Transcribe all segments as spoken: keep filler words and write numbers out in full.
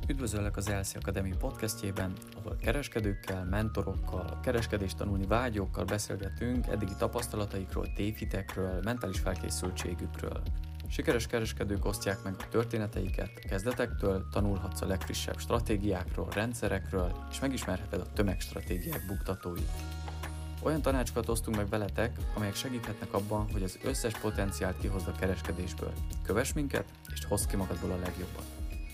Üdvözöllek az Elszi Academy podcastjében, ahol kereskedőkkel, mentorokkal, kereskedést tanulni vágyókkal beszélgetünk eddigi tapasztalataikról, tévhitekről, mentális felkészültségükről. Sikeres kereskedők osztják meg a történeteiket a kezdetektől, tanulhatsz a legfrissebb stratégiákról, rendszerekről, és megismerheted a tömegstratégiák buktatóit. Olyan tanácsokat osztunk meg veletek, amelyek segíthetnek abban, hogy az összes potenciált kihozd a kereskedésből. Kövess minket, és hozd ki magadból a legjobbat.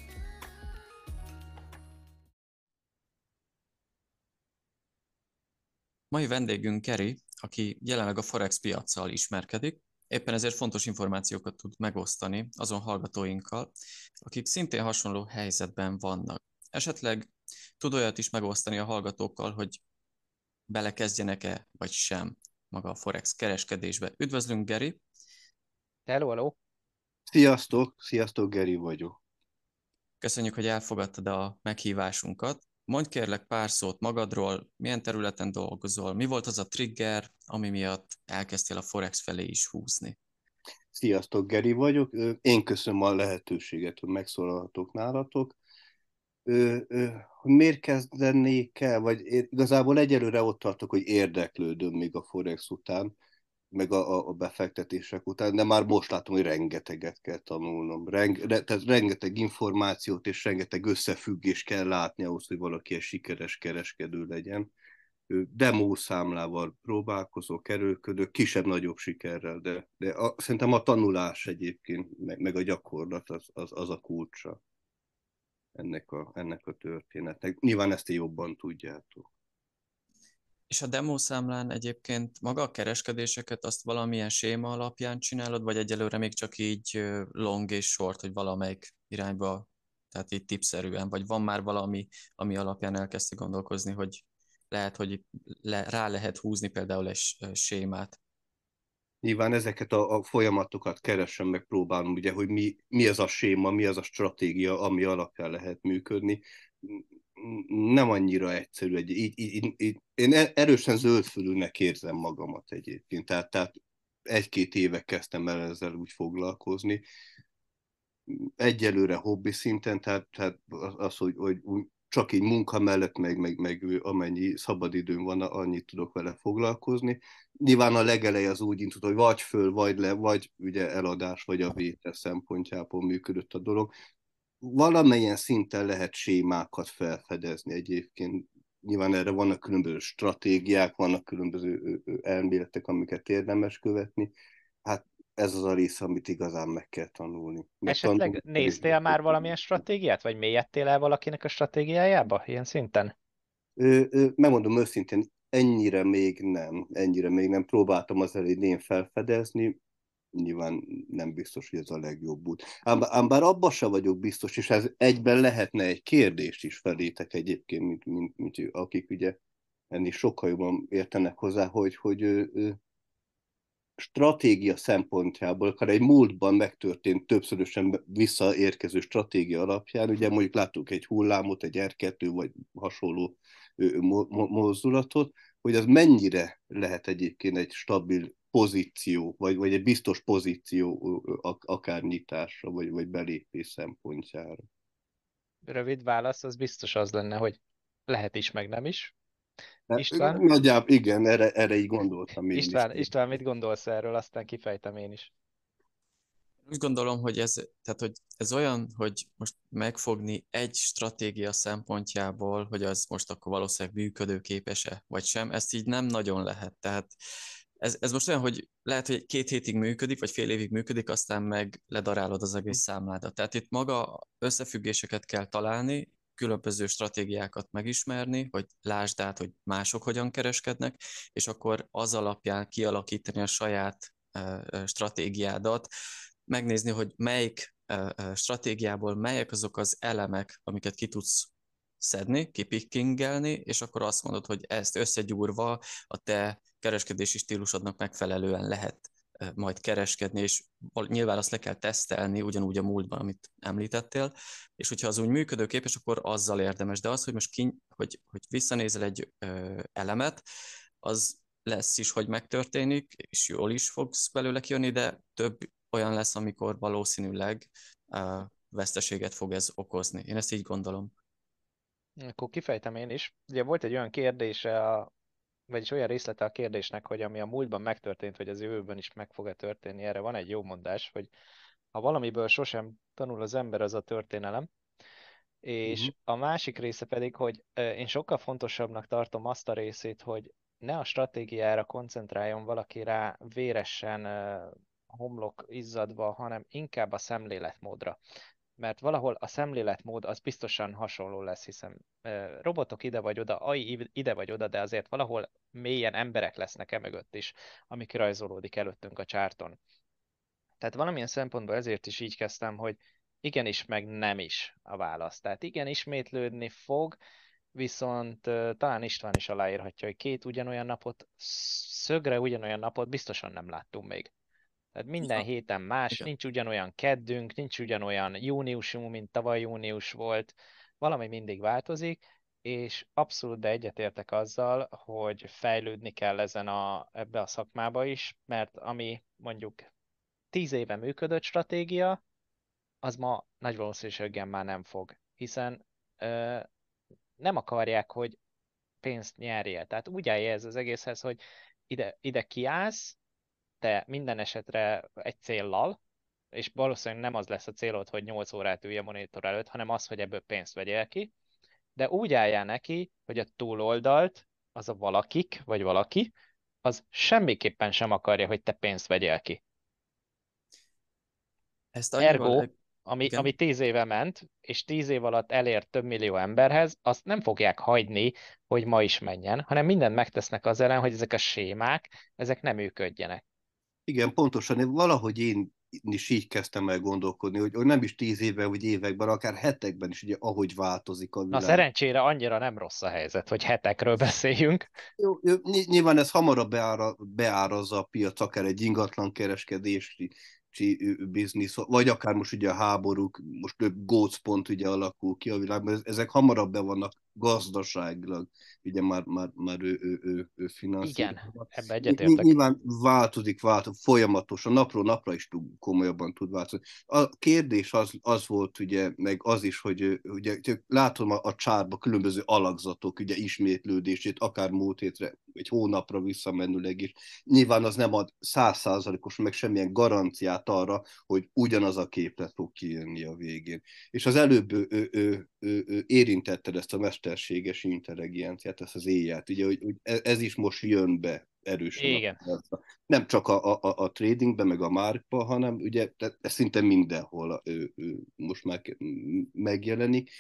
Mai vendégünk Keri, aki jelenleg a Forex piaccal ismerkedik, éppen ezért fontos információkat tud megosztani azon hallgatóinkkal, akik szintén hasonló helyzetben vannak. Esetleg tud olyat is megosztani a hallgatókkal, hogy belekezdjenek-e vagy sem maga a Forex kereskedésbe. Üdvözlünk, Geri! Hello, hello! Sziasztok! Sziasztok, Geri vagyok. Köszönjük, hogy elfogadtad a meghívásunkat. Mondj kérlek pár szót magadról, milyen területen dolgozol, mi volt az a trigger, ami miatt elkezdtél a Forex felé is húzni? Sziasztok, Geri vagyok. Én köszönöm a lehetőséget, hogy megszólalhatok nálatok. Hogy miért kezdenék el, vagy igazából egyelőre ott tartok, hogy érdeklődöm még a Forex után, meg a, a befektetések után, de már most látom, hogy rengeteget kell tanulnom. Renge, tehát rengeteg információt és rengeteg összefüggést kell látni ahhoz, hogy valaki egy sikeres kereskedő legyen. Demo számlával próbálkozok, erőlködök, kisebb-nagyobb sikerrel, de, de a, szerintem a tanulás egyébként, meg, meg a gyakorlat az, az, az a kulcsa ennek a, ennek a történetnek. Nyilván ezt jobban tudjátok. És a demószámlán egyébként maga a kereskedéseket azt valamilyen séma alapján csinálod, vagy egyelőre még csak így long és short, hogy valamelyik irányba, tehát így tippszerűen, vagy van már valami, ami alapján elkezdte gondolkozni, hogy lehet, hogy le, rá lehet húzni például egy sémát? Nyilván ezeket a, a folyamatokat keresem, meg próbálom, ugye, hogy mi, mi az a séma, mi az a stratégia, ami alapján lehet működni. Nem annyira egyszerű. Egy, így, így, így, én erősen zöldfülűnek érzem magamat egyébként. Tehát, tehát egy-két éve kezdtem el ezzel úgy foglalkozni. Egyelőre hobbi szinten, tehát, tehát az, hogy, hogy csak így munka mellett, meg, meg, meg amennyi szabadidőm van, annyit tudok vele foglalkozni. Nyilván a legeleje az úgy indult, hogy vagy föl, vagy le, vagy ugye eladás, vagy a vétel szempontjából működött a dolog. Valamilyen szinten lehet sémákat felfedezni egyébként. Nyilván erre vannak különböző stratégiák, vannak különböző elméletek, amiket érdemes követni. Hát ez az a része, amit igazán meg kell tanulni. Meg Esetleg tanulni néztél már valamilyen stratégiát, vagy mélyedtél el valakinek a stratégiájába, ilyen szinten? Ö, ö, megmondom őszintén, ennyire még nem, ennyire még nem próbáltam az elején felfedezni, nyilván nem biztos, hogy ez a legjobb út. Ám, ám bár abban se vagyok biztos, és ez egyben lehetne egy kérdést is felétek egyébként, mint, mint, mint akik ugye ennél sokkal jobban értenek hozzá, hogy, hogy ö, ö, stratégia szempontjából, akár egy múltban megtörtént többszörösen visszaérkező stratégia alapján, ugye mondjuk láttuk egy hullámot, egy er kettő vagy hasonló mozdulatot, hogy az mennyire lehet egyébként egy stabil pozíció, vagy, vagy egy biztos pozíció akár nyitásra, vagy, vagy belépés szempontjára. Rövid válasz, az biztos az lenne, hogy lehet is, meg nem is. De István? nagyjából igen, erre, erre így gondoltam én is. István, István, mit gondolsz erről? Aztán kifejtem én is. Úgy gondolom, hogy ez, tehát, hogy ez olyan, hogy most megfogni egy stratégia szempontjából, hogy az most akkor valószínűleg működőképes-e, vagy sem, ezt így nem nagyon lehet. Tehát ez, ez most olyan, hogy lehet, hogy két hétig működik, vagy fél évig működik, aztán meg ledarálod az egész számládat. Tehát itt maga összefüggéseket kell találni, különböző stratégiákat megismerni, hogy lásd át, hogy mások hogyan kereskednek, és akkor az alapján kialakítani a saját stratégiádat, megnézni, hogy melyik stratégiából melyek azok az elemek, amiket ki tudsz szedni, kipikkingelni, és akkor azt mondod, hogy ezt összegyúrva a te kereskedési stílusodnak megfelelően lehet majd kereskedni, és nyilván azt le kell tesztelni, ugyanúgy a múltban, amit említettél, és hogyha az úgy működőképes, akkor azzal érdemes. De az, hogy most ki, hogy, hogy visszanézel egy ö, elemet, az lesz is, hogy megtörténik, és jól is fogsz belőle kijönni, de több olyan lesz, amikor valószínűleg uh, veszteséget fog ez okozni. Én ezt így gondolom. Akkor kifejtem én is. Ugye volt egy olyan kérdése, a, vagyis olyan részlete a kérdésnek, hogy ami a múltban megtörtént, vagy az jövőben is meg fog-e történni, erre van egy jó mondás, hogy ha valamiből sosem tanul az ember, az a történelem. És Uh-huh. a másik része pedig, hogy ö, én sokkal fontosabbnak tartom azt a részét, hogy ne a stratégiára koncentráljon valaki rá véresen, ö, homlok izzadva, hanem inkább a szemléletmódra. Mert valahol a szemléletmód az biztosan hasonló lesz, hiszen ö, robotok ide vagy oda, á i ide vagy oda, de azért valahol mélyen emberek lesznek emögött is, ami kirajzolódik előttünk a csárton. Tehát valamilyen szempontból ezért is így kezdtem, hogy igenis, meg nem is a válasz. Tehát igen, ismétlődni fog, viszont uh, talán István is aláírhatja, hogy két ugyanolyan napot, szögre ugyanolyan napot biztosan nem láttunk még. Tehát minden Ja, héten más, igen. nincs ugyanolyan keddünk, nincs ugyanolyan júniusunk, mint tavaly június volt, valami mindig változik, és abszolút de egyetértek azzal, hogy fejlődni kell ezen a, ebbe a szakmába is, mert ami mondjuk tíz éve működött stratégia, az ma nagy valószínűséggel már nem fog, hiszen ö, nem akarják, hogy pénzt nyerjél. Tehát úgy állja ez az egészhez, hogy ide, ide kiállsz, te minden esetre egy céllal, és valószínűleg nem az lesz a célod, hogy nyolc órát ülj a monitor előtt, hanem az, hogy ebből pénzt vegyél ki, de úgy álljál neki, hogy a túloldalt, az a valakik, vagy valaki, az semmiképpen sem akarja, hogy te pénzt vegyél ki. Ezt annyival, Ergo, e- ami, ami igen, tíz éve ment, és tíz év alatt elért több millió emberhez, azt nem fogják hagyni, hogy ma is menjen, hanem mindent megtesznek az ellen, hogy ezek a sémák, ezek nem működjenek. Igen, pontosan. Én valahogy én is így kezdtem el gondolkodni, hogy, hogy nem is tíz évben, vagy években, akár hetekben is, ugye, ahogy változik a Na világ. szerencsére annyira nem rossz a helyzet, hogy hetekről beszéljünk. Jó, jó, ny- nyilván ez hamarabb beára, beárazza a piac, akár egy ingatlan kereskedési biznisz, vagy akár most ugye a háborúk, most több gócpont ugye alakul ki a világban, ezek hamarabb be vannak gazdaságilag, ugye már, már, már ő, ő, ő, ő Igen, finanszírozva. ebbe Ny- ny- egyetértek. Nyilván változik, változik, folyamatosan, napról napra is tud, komolyabban tud változni. A kérdés az, az volt ugye, meg az is, hogy ugye, látom a, a csárba különböző alakzatok ugye ismétlődését, akár múlt hétre, egy hónapra visszamenőleg is. Nyilván az nem ad százszázalékos, meg semmilyen garanciát arra, hogy ugyanaz a képlet fog kijönni a végén. És az előbb ő, ő, ő, ő, ő érintetted ezt a mesterséges intelligenciát, ezt az éjjel, ugye, hogy, hogy ez is most jön be erősen a Igen, piacra. Nem csak a, a, a tradingbe, meg a márkba, hanem ugye ez szinte mindenhol ő, ő most már megjelenik.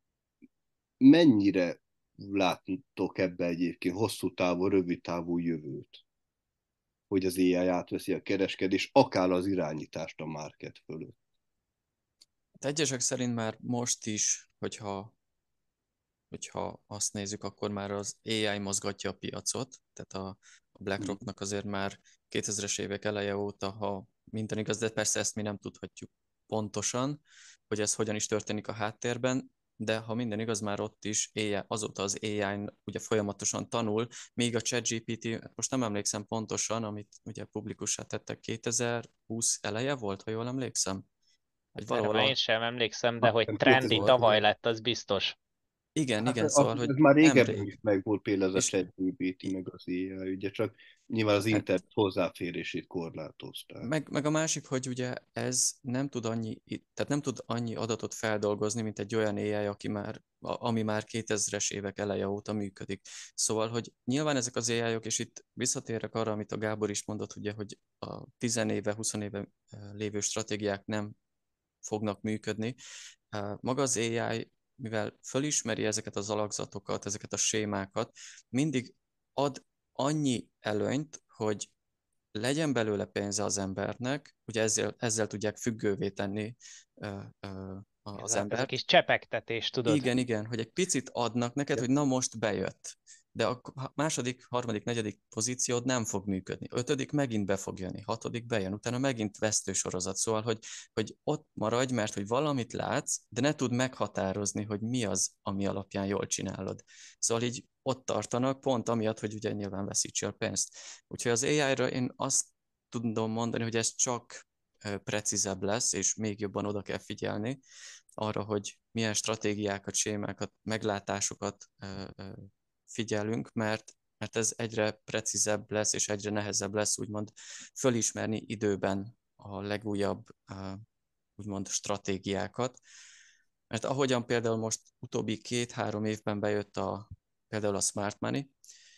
Mennyire láttok ebbe egyébként hosszú távú, rövid távú jövőt? Hogy az á i átveszi a kereskedés, akár az irányítást a market fölött. hát egyesek szerint már most is, hogyha, hogyha azt nézzük, akkor már az á i mozgatja a piacot, tehát a, a BlackRocknak azért már kétezres évek eleje óta, ha minden igaz, de persze ezt mi nem tudhatjuk pontosan, hogy ez hogyan is történik a háttérben, de ha minden igaz, már ott is á i, azóta az á i ugye folyamatosan tanul, míg a ChatGPT, most nem emlékszem pontosan, amit ugye publikussá tettek, kétezer-húsz eleje volt, ha jól emlékszem? Vagy erre valahol már én a... sem emlékszem, de Azt hogy hiszem trendi volt, tavaly kétezer-húsz. lett, az biztos. Igen, Hát igen, az, szóval, hogy ez már régebben nemrég. is megvolt például ez a És ChatGPT, meg az á i, ugye csak nyilván az hát internet hozzáférését korlátozták. meg, meg a másik, hogy ugye ez nem tud annyi, tehát nem tud annyi adatot feldolgozni, mint egy olyan á i, aki már, ami már kétezres évek eleje óta működik. Szóval, hogy nyilván ezek az á i-ok, és itt visszatérek arra, amit a Gábor is mondott, ugye, hogy a tíz éve, húsz éve lévő stratégiák nem fognak működni. Maga az á i, mivel fölismeri ezeket az alakzatokat, ezeket a sémákat, mindig ad annyi előnyt, hogy legyen belőle pénze az embernek, ugye ezzel, ezzel tudják függővé tenni ö, ö, Ez az a, ez a embert. kis csepegtetés, tudod? Igen, igen, hogy egy picit adnak neked, hogy na most bejött. De a második, harmadik, negyedik pozíciód nem fog működni. Ötödik megint be fog jönni, hatodik bejön, utána megint vesztősorozat. Szóval, hogy, hogy ott maradj, mert hogy valamit látsz, de ne tud meghatározni, hogy mi az, ami alapján jól csinálod. Szóval így ott tartanak, pont amiatt, hogy ugye nyilván veszítsél pénzt. Úgyhogy az á i-ra én azt tudom mondani, hogy ez csak precízebb lesz, és még jobban oda kell figyelni arra, hogy milyen stratégiákat, sémákat, meglátásokat figyelünk, mert, mert ez egyre precízebb lesz, és egyre nehezebb lesz úgymond fölismerni időben a legújabb úgymond stratégiákat. Mert ahogyan például most utóbbi két-három évben bejött a, például a Smart Money,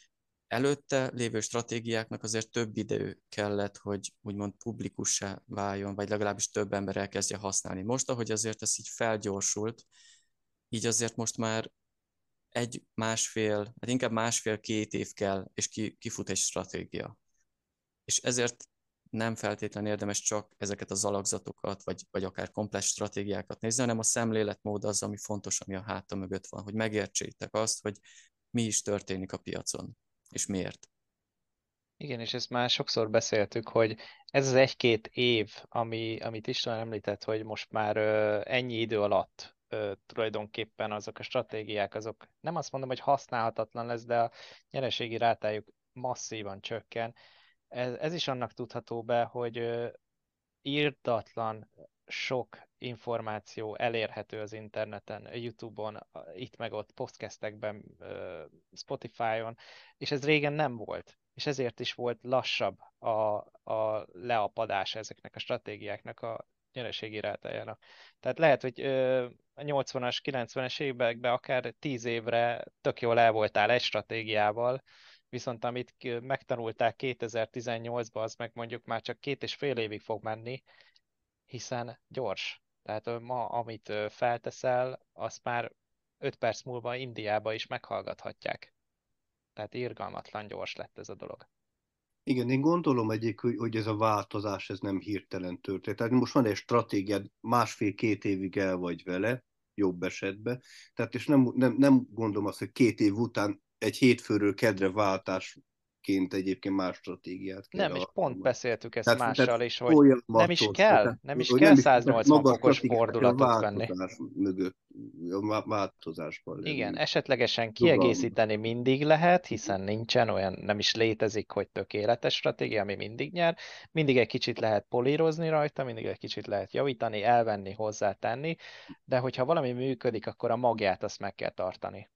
előtte lévő stratégiáknak azért több idő kellett, hogy úgymond publikussá váljon, vagy legalábbis több ember elkezdje használni. Most, ahogy azért ez így felgyorsult, így azért most már egy, másfél, hát inkább másfél-két év kell, és ki, kifut egy stratégia. És ezért nem feltétlenül érdemes csak ezeket az alakzatokat, vagy, vagy akár komplex stratégiákat nézni, hanem a szemléletmód az, ami fontos, ami a háta mögött van, hogy megértsétek azt, hogy mi is történik a piacon, és miért. Igen, és ezt már sokszor beszéltük, hogy ez az egy-két év, ami, amit István említett, hogy most már ö, ennyi idő alatt ö, tulajdonképpen azok a stratégiák, azok nem azt mondom, hogy használhatatlan lesz, de a nyereségi rátájuk masszívan csökken. Ez, ez is annak tudható be, hogy ö, írtatlan sok információ elérhető az interneten, a YouTube-on, itt meg ott podcastekben, Spotify-on, és ez régen nem volt. És ezért is volt lassabb a, a leapadás ezeknek a stratégiáknak a nyereségi rátájának. Tehát lehet, hogy a nyolcvanas, kilencvenes években akár tíz évre tök jól el voltál egy stratégiával, viszont amit megtanulták kétezer-tizennyolcban, az meg mondjuk már csak két és fél évig fog menni, hiszen gyors. Tehát ma, amit felteszel, azt már öt perc múlva Indiába is meghallgathatják. Tehát irgalmatlan gyors lett ez a dolog. Igen, én gondolom egyébként, hogy ez a változás ez nem hirtelen történt. Tehát most van egy stratégiád, másfél-két évig el vagy vele, jobb esetben. Tehát és nem, nem, nem gondolom azt, hogy két év után egy hétfőről kedre váltásként egyébként más stratégiát kell Nem, és pont alkalmazni. beszéltük ezt Tehát, mással tehát is, hogy nem is folyamatos, kell, tehát, nem is hogy kell nem is tehát száznyolcvan maga a fokos stratégiát, hanem a fordulatot venni. változás mögött, a változásban Igen, lenni. esetlegesen Rugalmas. kiegészíteni mindig lehet, hiszen nincsen olyan, nem is létezik, hogy tökéletes stratégia, ami mindig nyer. Mindig egy kicsit lehet polírozni rajta, mindig egy kicsit lehet javítani, elvenni, hozzátenni, de hogyha valami működik, akkor a magját azt meg kell tartani.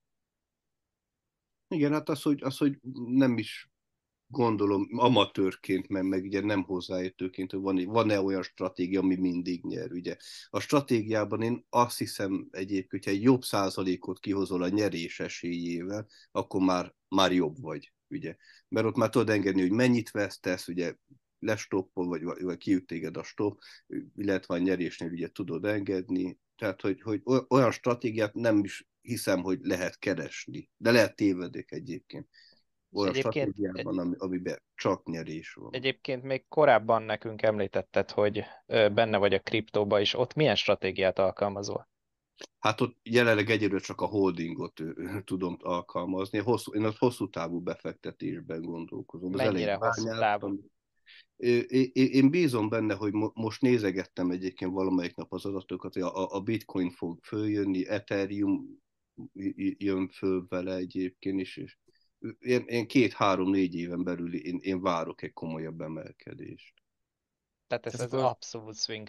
Igen, hát az, hogy, az, hogy nem is gondolom amatőrként, meg, meg ugye nem hozzáértőként, hogy van, van-e olyan stratégia, ami mindig nyer, ugye. A stratégiában én azt hiszem egyébként, hogyha egy jobb százalékot kihozol a nyerés esélyével, akkor már, már jobb vagy, ugye. Mert ott már tudod engedni, hogy mennyit vesztesz, ugye lestoppol, vagy, vagy kiüt téged a stop, illetve a nyerésnél ugye tudod engedni, tehát hogy, hogy olyan stratégiát nem is hiszem, hogy lehet keresni, de lehet tévedek egyébként És olyan egyébként, stratégiában, ami, amiben csak nyerés van. egyébként még korábban nekünk említetted, hogy ö, benne vagy a kriptóba is, ott milyen stratégiát alkalmazol? Hát ott jelenleg egyelőre csak a holdingot ö, tudom alkalmazni. Hosszú, én az hosszú távú befektetésben gondolkozom. Az Mennyire elején hosszú távú? bányáztam. Én, én bízom benne, hogy mo- most nézegettem egyébként valamelyik nap az adatokat, hogy a, a bitcoin fog följönni, Ethereum jön föl vele egyébként is, és én, én két-három-négy éven belül én, én várok egy komolyabb emelkedést. Tehát ez Tehát az akkor, abszolút swing.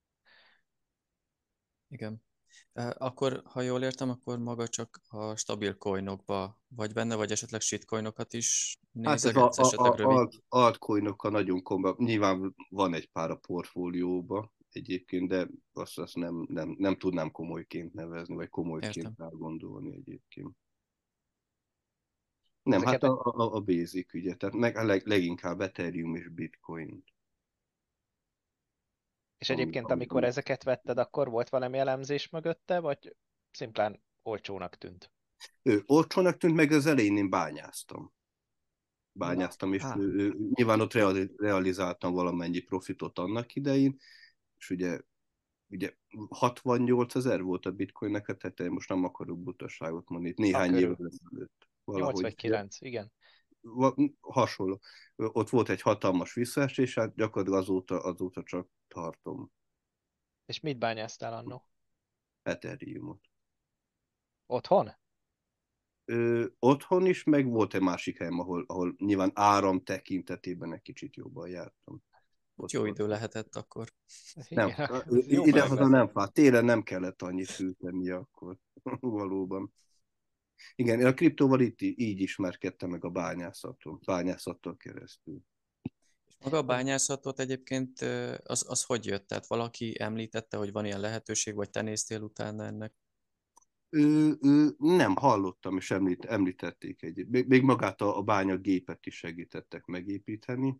igen. Akkor, ha jól értem, akkor maga csak a stabil coinokba vagy benne, vagy esetleg shitcoinokat is Hát ez a, nézegetsz, a, esetleg a rövid. alt, altcoinokkal nagyon komoly, nyilván van egy pár a portfólióba egyébként, de azt, azt nem, nem, nem tudnám komolyként nevezni, vagy komolyként Értem. elgondolni egyébként. Nem, hát Ezeket, a, a, a basic, ugye, tehát meg a leg, leginkább Ethereum és Bitcoin. és Ami, egyébként, ami, amikor ami. ezeket vetted, akkor volt valami elemzés mögötte, vagy szimplán olcsónak tűnt? Ő olcsónak tűnt, meg az elején én bányáztam. Na, Bányáztam, és Á, ő, ő, nyilván ott reali, realizáltam valamennyi profitot annak idején, és ugye ugye hatvannyolc ezer volt a bitcoinnek a teteje, most nem akarok butaságot mondani, a néhány évvel körül. ezelőtt nyolc vagy valahogy kilenc, igen. hasonló. Ott volt egy hatalmas visszaesés, hát gyakorlatilag azóta, azóta csak tartom És mit bányáztál annó? Ethereumot. Otthon? Ö, otthon is, meg volt egy másik helyem, ahol, ahol nyilván áram tekintetében egy kicsit jobban jártam. Ott jó idő lehetett akkor. Nem, Igen, jó idehaza megvesz. nem fáj. Télen nem kellett annyit fűteni akkor. Valóban. Igen, én a kriptóval itt így ismerkedtem meg a bányászaton, bányászattól keresztül. És maga a bányászatot egyébként az, az hogy jött? Tehát valaki említette, hogy van ilyen lehetőség, vagy te néztél utána ennek? Ő, ő, nem hallottam, és említ, említették egy. Még, még magát a, a bányagépet is segítettek megépíteni.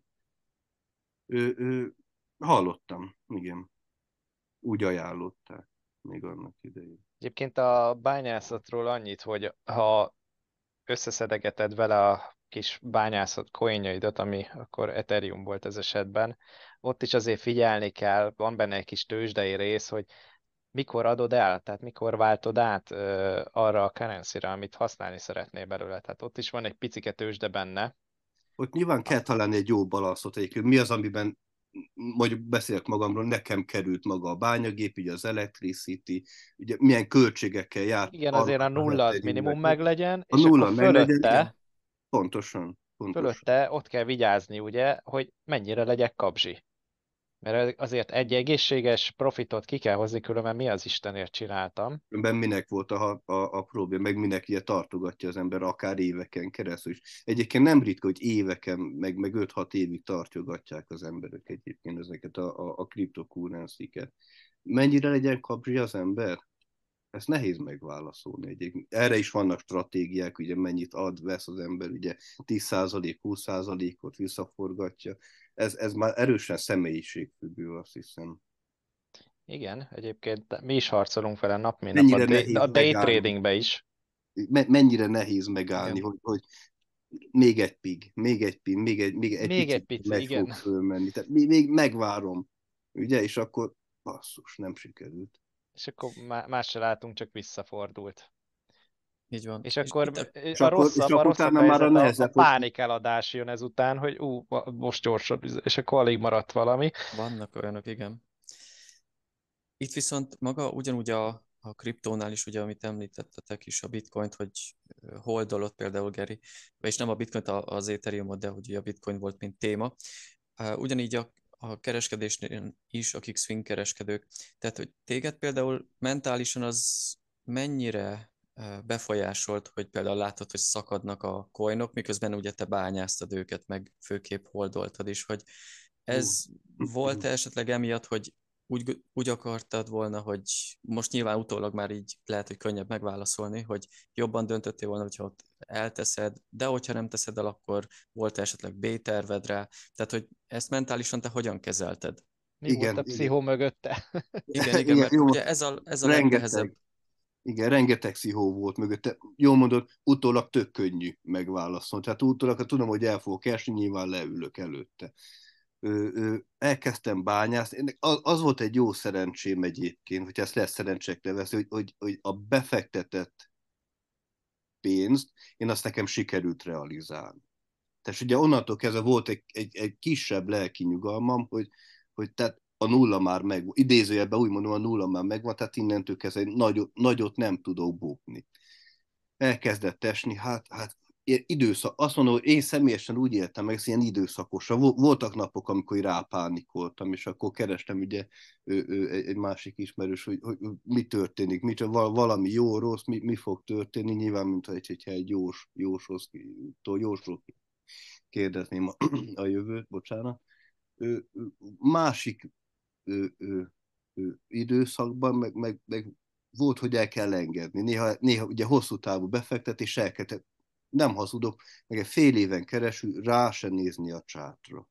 Ő, ő, hallottam, igen. Úgy ajánlották még annak idején. Egyébként a bányászatról annyit, hogy ha összeszedegeted vele a kis bányászat coinjaidat, ami akkor Ethereum volt ez esetben, ott is azért figyelni kell, van benne egy kis tőzsdei rész, hogy mikor adod el, tehát mikor váltod át ö, arra a currency-re, amit használni szeretnél belőle. Tehát ott is van egy picike tőzsde benne. Ott nyilván kell találni egy jó balanszot egyébként. Mi az, amiben mondjuk beszélek magamról, nekem került maga a bányagép, ugye az electricity, ugye milyen költségekkel járt. Igen, azért a nulla az minimum meglegyen, A és akkor nulla meglegyen, igen. fölötte, Pontosan, pontosan. fölötte ott kell vigyázni, ugye, hogy mennyire legyek kapzsi. Mert azért egy egészséges profitot ki kell hozni, különben mi az Istenért csináltam. Ben minek volt a, a, a probléma, meg minek ugye tartogatja az ember akár éveken keresztül is. Egyébként nem ritka, hogy éveken, meg, meg öt-hat évig tartogatják az emberek egyébként ezeket a, a, a kriptokúrensziket. Mennyire legyen kapzsi az ember? Ezt nehéz megválaszolni egyébként. Erre is vannak stratégiák, ugye mennyit ad, vesz az ember, ugye tíz százalék, húsz százalékot visszaforgatja. Ez, ez már erősen személyiségfüggő, azt hiszem. Igen, egyébként mi is harcolunk vele nap, mint nap, a, Mennyire day, nehéz a day megállni, tradingbe is. me- mennyire nehéz megállni, Igen. hogy, hogy még egy pig, még egy pig, még egy, még egy Még egy picit pici, meg igen. fog fölmenni. Tehát még, még megvárom, ugye, és akkor basszus, nem sikerült. És akkor má- más se látunk, csak visszafordult. Így van. És És akkor itt a, És a akkor, és rosszabb, a akkor rosszabb utána már a helyzet, a, a nehezebb, hogy pánik eladás jön ezután, hogy ú, most gyorsan, és akkor alig maradt valami. vannak olyanok, igen. Itt viszont maga ugyanúgy a, a kriptónál is, ugye, amit említettetek is, a bitcoint, hogy holdolott például Geri, és nem a bitcoint, az Ethereumot, de hogy a bitcoin volt, mint téma. Ugyanígy a, a kereskedésnél is, akik swing kereskedők. Tehát, hogy téged például mentálisan az mennyire befolyásolt, hogy például látod, hogy szakadnak a coinok, miközben ugye te bányáztad őket, meg főképp holdoltad is, hogy ez volt-e esetleg emiatt, hogy úgy, úgy akartad volna, hogy most nyilván utólag már így lehet, hogy könnyebb megválaszolni, hogy jobban döntöttél volna, hogyha ott elteszed, de hogyha nem teszed el, akkor volt esetleg B-terved rá, tehát hogy ezt mentálisan te hogyan kezelted? Mi volt igen, a igen. pszichó mögötte? Igen, igen, Igen, mert jó, ugye ez a, ez a rengeteg, legnehezebb. igen, rengeteg pszichó volt mögötte. Jól mondod, utólag tök könnyű megválaszolni. Tehát utólag, ha tudom, hogy el fogok esni, nyilván leülök előtte. Ö, ö, elkezdtem bányászni. Ennek az, az volt egy jó szerencsém egyébként, hogy ezt lehet szerencsékre veszni, hogy, hogy, hogy a befektetett pénzt, én azt nekem sikerült realizálni. Tehát ugye onnantól kezdve volt egy, egy, egy kisebb lelki nyugalmam, hogy, hogy tehát a nulla már megvan, idézőjelben úgy mondom, a nulla már megvan, tehát innentől kezdve nagyot, nagyot nem tudok bukni. Elkezdett esni, hát, hát időszak, azt mondom, hogy én személyesen úgy éltem meg, ez ilyen időszakosan. Voltak napok, amikor rápánikoltam, és akkor kerestem ugye ő, ő, egy másik ismerős, hogy, hogy mi történik, mi, valami jó, rossz, mi, mi fog történni, nyilván, mint egy, hogyha egy jós, jóshoz, jósról kérdezném a, a jövőt, bocsánat. Ő, másik ő, ő, ő, időszakban meg, meg, meg volt, hogy el kell engedni. Néha, néha ugye hosszú távú befektetés el kell, nem hazudok, meg egy fél éven keresztül rá se nézni a csátra.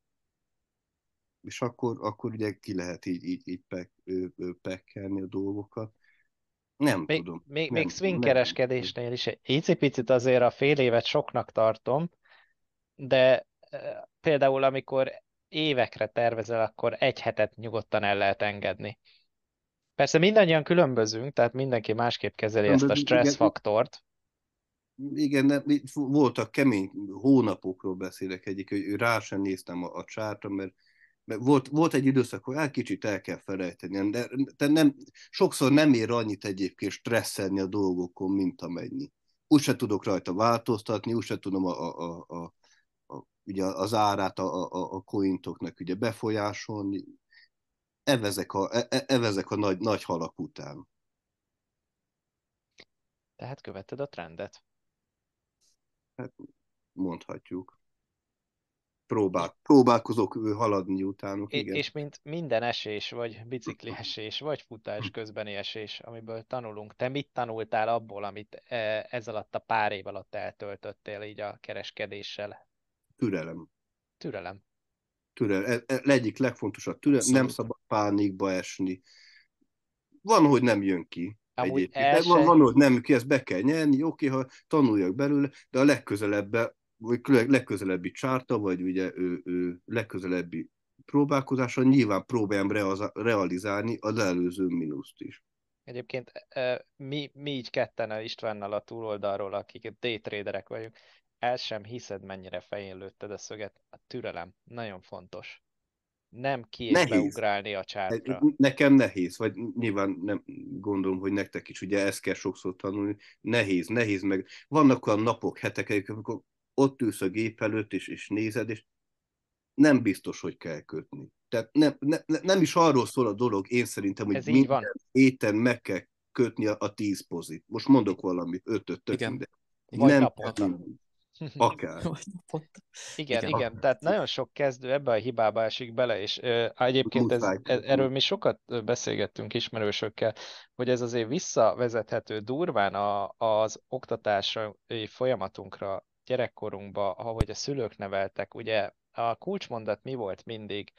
És akkor, akkor ugye ki lehet így, így, így pek, pekkelni a dolgokat. Nem Még, tudom. még, Nem még swing tudom. Nem. kereskedésnél is egy icipicit azért a fél évet soknak tartom, de e, például amikor évekre tervezel, akkor egy hetet nyugodtan el lehet engedni. Persze mindannyian különbözünk, tehát mindenki másképp kezeli ezt a stressz Igen, faktort. igen, nem, voltak kemény hónapokról beszélek egyik, hogy rá sem néztem a, a csártra, mert, mert volt, volt egy időszak, hogy el kicsit el kell felejteni, de, de nem, sokszor nem ér annyit egyébként stresszelni a dolgokon, mint amennyi. Úgy se tudok rajta változtatni, úgy se tudom a, a, a, a ugye az árát a, a, a cointoknak ugye befolyásolni, evezek a, e, e- evezek a nagy, nagy halak után. Tehát követed a trendet. Hát mondhatjuk. Próbál, próbálkozok haladni utánuk, És, igen. és mint minden esés, vagy bicikli esés, vagy futás közbeni esés, amiből tanulunk. Te mit tanultál abból, amit e, ez alatt a pár év alatt eltöltöttél így a kereskedéssel? Türelem. Türelem. Türelem. Ez, ez egyik legfontosabb türelem. Nem Abszolút. szabad pánikba esni. Van, hogy nem jön ki Amúgy egyébként. el De van, se, van, hogy nem jön ki, ezt be kell nyerni, oké, ha tanuljak belőle, de a legközelebbe, vagy legközelebbi csárta, vagy ugye ő, ő legközelebbi próbálkozáson nyilván próbáljam reaza- realizálni az előző mínuszt is. Egyébként e, mi, mi így ketten a Istvánnal a túloldalról, akik daytraderek vagyunk, el sem hiszed, mennyire fején lőtted a szöget. A türelem nagyon fontos. Nem ki és Nehéz. beugrálni a Ez- csártra. Nekem nehéz, vagy nyilván nem gondolom, hogy nektek is, ugye ezt kell sokszor tanulni, nehéz, nehéz, meg vannak olyan napok, hetek, amikor ott ülsz a gép előtt, és, és nézed, és nem biztos, hogy kell kötni. Tehát nem, ne, ne- nem is arról szól a dolog, én szerintem, hogy Ez így van. minden héten meg kell kötni a, a tíz pozit. Most mondok valamit, ötöt, tök Igen. mindegy. Igen. Vagy Nem kell naponta. mindig. Akár. Vagy naponta. Igen, Igen. igen, Akár. tehát nagyon sok kezdő ebbe a hibába esik bele, és ö, egyébként ez, Muszáj. ez, erről mi sokat ö, beszélgettünk ismerősökkel, hogy ez azért visszavezethető durván a, az oktatási folyamatunkra, gyerekkorunkba, ahogy a szülők neveltek. Ugye a kulcsmondat mi volt mindig?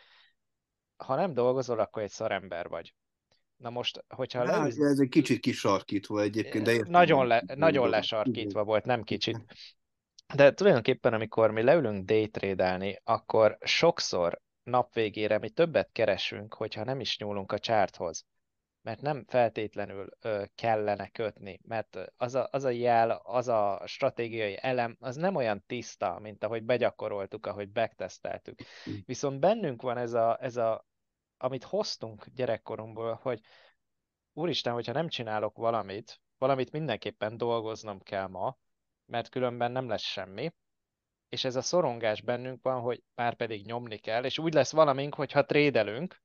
Ha nem dolgozol, akkor egy szarember vagy. Na most, hogyha Hát, leülsz, ez egy kicsit kisarkítva egyébként, de értem, nagyon, le, amit nagyon mondanak. Igen. lesarkítva volt, nem kicsit. De tulajdonképpen, amikor mi leülünk daytradelni, akkor sokszor nap végére mi többet keresünk, hogyha nem is nyúlunk a csárthoz. Mert nem feltétlenül ö, kellene kötni, mert az a, az a jel, az a stratégiai elem, az nem olyan tiszta, mint ahogy begyakoroltuk, ahogy backteszteltük. Viszont bennünk van ez a, ez a, amit hoztunk gyerekkorunkból, hogy úristen, hogyha nem csinálok valamit, valamit mindenképpen dolgoznom kell ma, mert különben nem lesz semmi, és ez a szorongás bennünk van, hogy már pedig nyomni kell, és úgy lesz valamink, hogyha trédelünk,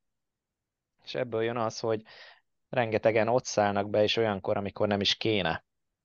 és ebből jön az, hogy rengetegen ott szállnak be, és olyankor, amikor nem is kéne.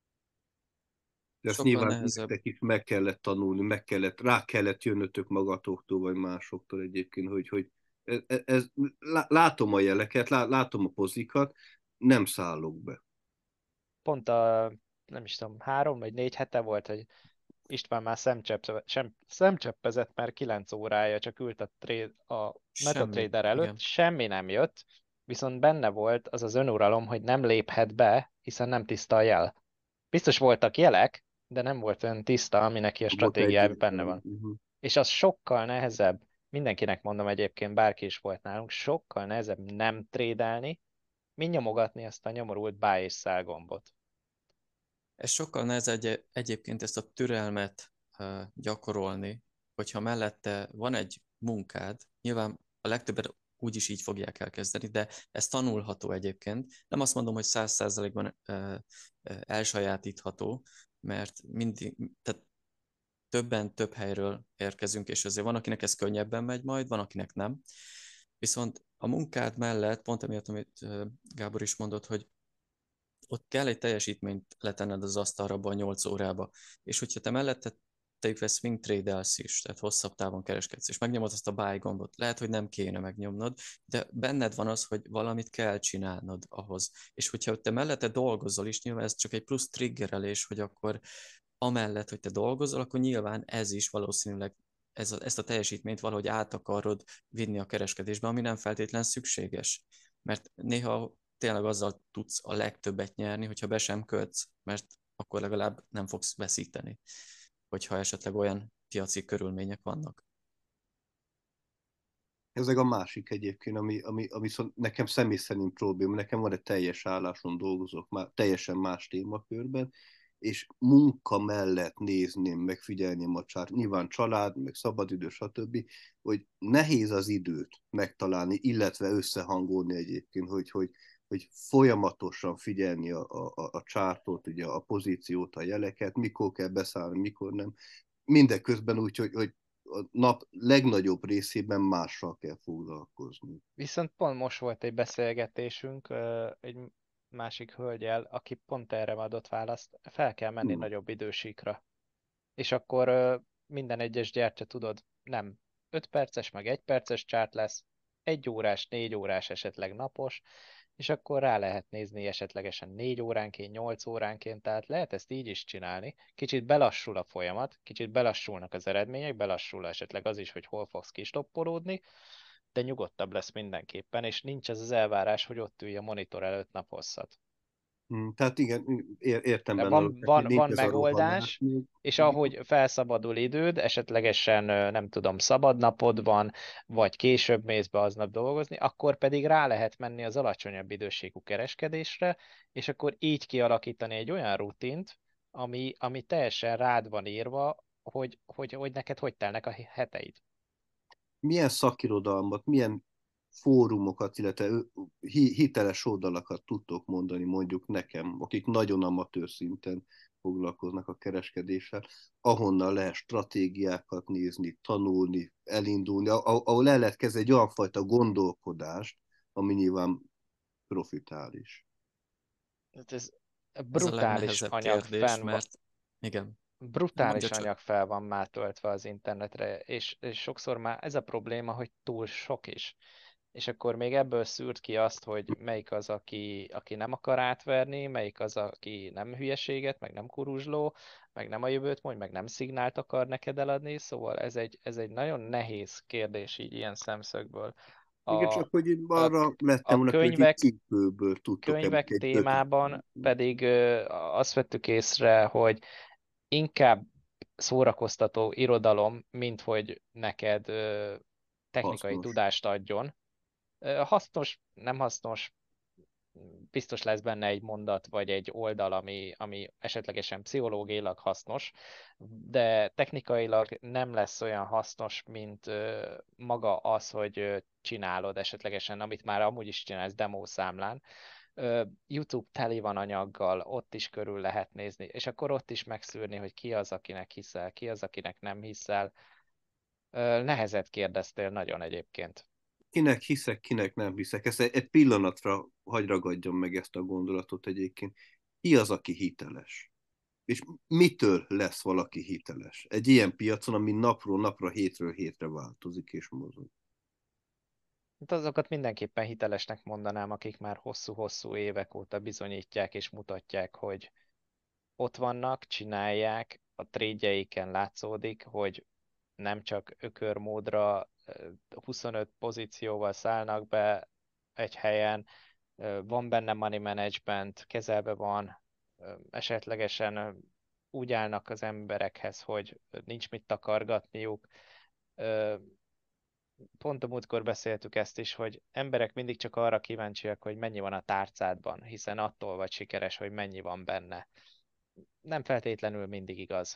De ezt Sokkal nyilván nehezebb. nektek is meg kellett tanulni, meg kellett, rá kellett jönnötök magatoktól, vagy másoktól egyébként, hogy, hogy ez, ez, látom a jeleket, látom a pozikat, nem szállok be. Pont a, nem is tudom, három vagy négy hete volt, hogy István már szemcsepp, sem, szemcseppezett, mert kilenc órája csak ült a, trade, a Semmi. MetaTrader előtt, Igen. semmi nem jött, viszont benne volt az az önuralom, hogy nem léphet be, hiszen nem tiszta a jel. Biztos voltak jelek, de nem volt olyan tiszta, ami neki a Volt stratégiában benne egyértelmű. van. Uh-huh. És az sokkal nehezebb, mindenkinek mondom egyébként, bárki is volt nálunk, sokkal nehezebb nem trédelni, mint nyomogatni ezt a nyomorult buy és sell gombot. Ez sokkal nehezebb egy, egyébként ezt a türelmet uh, gyakorolni, hogyha mellette van egy munkád, nyilván a legtöbbet úgyis így fogják elkezdeni, de ez tanulható egyébként. Nem azt mondom, hogy száz százalékban uh, elsajátítható, mert mindig, tehát többen több helyről érkezünk, és azért van, akinek ez könnyebben megy majd, van, akinek nem. Viszont a munkád mellett, pont emiatt, amit Gábor is mondott, hogy ott kell egy teljesítményt letenned az asztalra abban a nyolc órába. És hogyha te mellette tegyük fel swing trade-elsz is, tehát hosszabb távon kereskedsz, és megnyomod azt a buy gombot, lehet, hogy nem kéne megnyomnod, de benned van az, hogy valamit kell csinálnod ahhoz. És hogyha te mellette dolgozol is, nyilván ez csak egy plusz triggerelés, hogy akkor amellett, hogy te dolgozol, akkor nyilván ez is valószínűleg ez a, ezt a teljesítményt valahogy át akarod vinni a kereskedésbe, ami nem feltétlen szükséges. Mert néha tényleg azzal tudsz a legtöbbet nyerni, hogyha be sem kötsz, mert akkor legalább nem fogsz veszíteni, hogyha esetleg olyan piaci körülmények vannak. Ez a másik egyébként, ami, ami, ami nekem személy szerint probléma, nekem van egy teljes álláson dolgozok, már teljesen más témakörben, és munka mellett nézném, megfigyelném a csárt, nyilván család, meg szabadidő, stb., hogy nehéz az időt megtalálni, illetve összehangolni egyébként, hogy, hogy, hogy folyamatosan figyelni a, a, a csártot, ugye a pozíciót, a jeleket, mikor kell beszállni, mikor nem. Mindeközben úgy, hogy, hogy a nap legnagyobb részében mással kell foglalkozni. Viszont pont most volt egy beszélgetésünk ö, egy másik hölgyel, aki pont erre adott választ, fel kell menni Hmm. nagyobb idősíkra. És akkor ö, minden egyes gyertya, tudod, nem öt perces, meg egy perces csárt lesz, egy órás, négy órás, esetleg napos, és akkor rá lehet nézni esetlegesen négy óránként, nyolc óránként, tehát lehet ezt így is csinálni. Kicsit belassul a folyamat, kicsit belassulnak az eredmények, belassul esetleg az is, hogy hol fogsz kistoppolódni, de nyugodtabb lesz mindenképpen, és nincs ez az elvárás, hogy ott ülj a monitor előtt naphosszat. Hmm, tehát igen, ér- értem De benne, van, hogy van, van nincs ez a rohanás megoldás, még. és ahogy felszabadul időd, esetlegesen ö, nem tudom, szabad napod van, vagy később mész be aznap dolgozni, akkor pedig rá lehet menni az alacsonyabb időségű kereskedésre, és akkor így kialakítani egy olyan rutint, ami, ami teljesen rád van írva, hogy, hogy, hogy neked hogy telnek a heteid. Milyen szakirodalmat, milyen fórumokat, illetve ö- hi- hiteles oldalakat tudtok mondani mondjuk nekem, akik nagyon amatőr szinten foglalkoznak a kereskedéssel, ahonnan lehet stratégiákat nézni, tanulni, elindulni, ah- ahol el lehet kezdeni egy olyan fajta gondolkodást, ami nyilván profitális. Hát ez Ez a brutális legnehezebb anyag kérdés, fenn van. mert igen, mondja Brutális csak. anyag fel van már töltve az internetre, és, és sokszor már ez a probléma, hogy túl sok is. És akkor még ebből szűrt ki azt, hogy melyik az, aki, aki nem akar átverni, melyik az, aki nem hülyeséget, meg nem kuruzsló, meg nem a jövőt mond, meg nem szignált akar neked eladni, szóval ez egy, ez egy nagyon nehéz kérdés így ilyen szemszögből. A, Igen, csak hogy én a, arra lettem a volna, hogy egy könyvek, cipőből tudtok-e könyvek egy ötletet. témában pedig ö, azt vettük észre, hogy inkább szórakoztató irodalom, mint hogy neked ö, technikai Hasznos. tudást adjon. Ö, Hasznos, nem hasznos, biztos lesz benne egy mondat vagy egy oldal, ami, ami esetlegesen pszichológiailag hasznos, de technikailag nem lesz olyan hasznos, mint ö, maga az, hogy ö, csinálod esetlegesen, amit már amúgy is csinálsz demószámlán. Ö, YouTube teli van anyaggal, ott is körül lehet nézni, és akkor ott is megszűrni, hogy ki az, akinek hiszel, ki az, akinek nem hiszel. Ö, Nehezet kérdeztél nagyon egyébként. Kinek hiszek, kinek nem hiszek. Ezt egy, egy pillanatra hagy ragadjam meg ezt a gondolatot egyébként. Ki az, aki hiteles? És mitől lesz valaki hiteles? Egy ilyen piacon, ami napról napra, hétről hétre változik és mozog. Hát azokat mindenképpen hitelesnek mondanám, akik már hosszú-hosszú évek óta bizonyítják és mutatják, hogy ott vannak, csinálják, a trédjeiken látszódik, hogy nem csak ökörmódra ö, huszonöt pozícióval szállnak be egy helyen, ö, van benne money management, kezelve van, ö, esetlegesen ö, úgy állnak az emberekhez, hogy nincs mit takargatniuk. Ö, Pont a múltkor beszéltük ezt is, hogy emberek mindig csak arra kíváncsiak, hogy mennyi van a tárcádban, hiszen attól vagy sikeres, hogy mennyi van benne. Nem feltétlenül mindig igaz.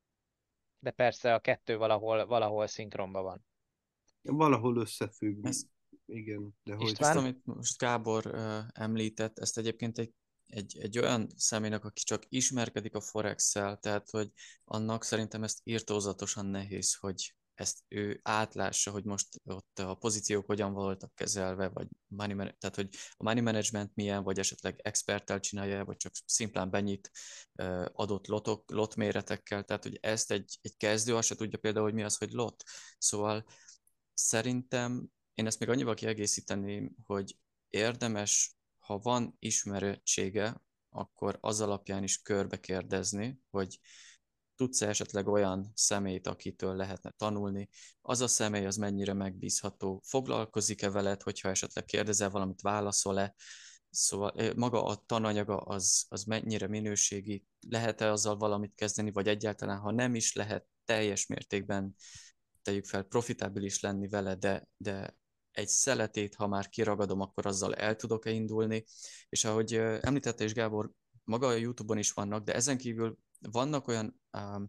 De persze a kettő valahol, valahol szinkronban van. Valahol összefügg, Ez, igen, de hogy... ezt, István? amit most Gábor uh, említett, ezt egyébként egy, egy, egy olyan személynek, aki csak ismerkedik a Forex-szel, tehát hogy annak szerintem ezt irtózatosan nehéz, hogy ezt ő átlássa, hogy most ott a pozíciók hogyan voltak kezelve, vagy money man- tehát hogy a money management milyen, vagy esetleg experttel csinálja, vagy csak szimplán benyit uh, adott lotok, lotméretekkel, tehát hogy ezt egy, egy kezdő azt se tudja például, hogy mi az, hogy lot. Szóval szerintem én ezt még annyival kiegészíteném, hogy érdemes, ha van ismerettsége, akkor az alapján is körbe kérdezni, hogy tudsz-e esetleg olyan személyt, akitől lehetne tanulni, az a személy az mennyire megbízható, foglalkozik-e veled, hogyha esetleg kérdezel valamit, válaszol-e, szóval maga a tananyaga az, az mennyire minőségi, lehet-e azzal valamit kezdeni, vagy egyáltalán, ha nem is lehet teljes mértékben tegyük fel, profitábilis lenni vele, de, de egy szeletét, ha már kiragadom, akkor azzal el tudok-e indulni. És ahogy említette is Gábor, maga a YouTube-on is vannak, de ezen kívül vannak olyan um,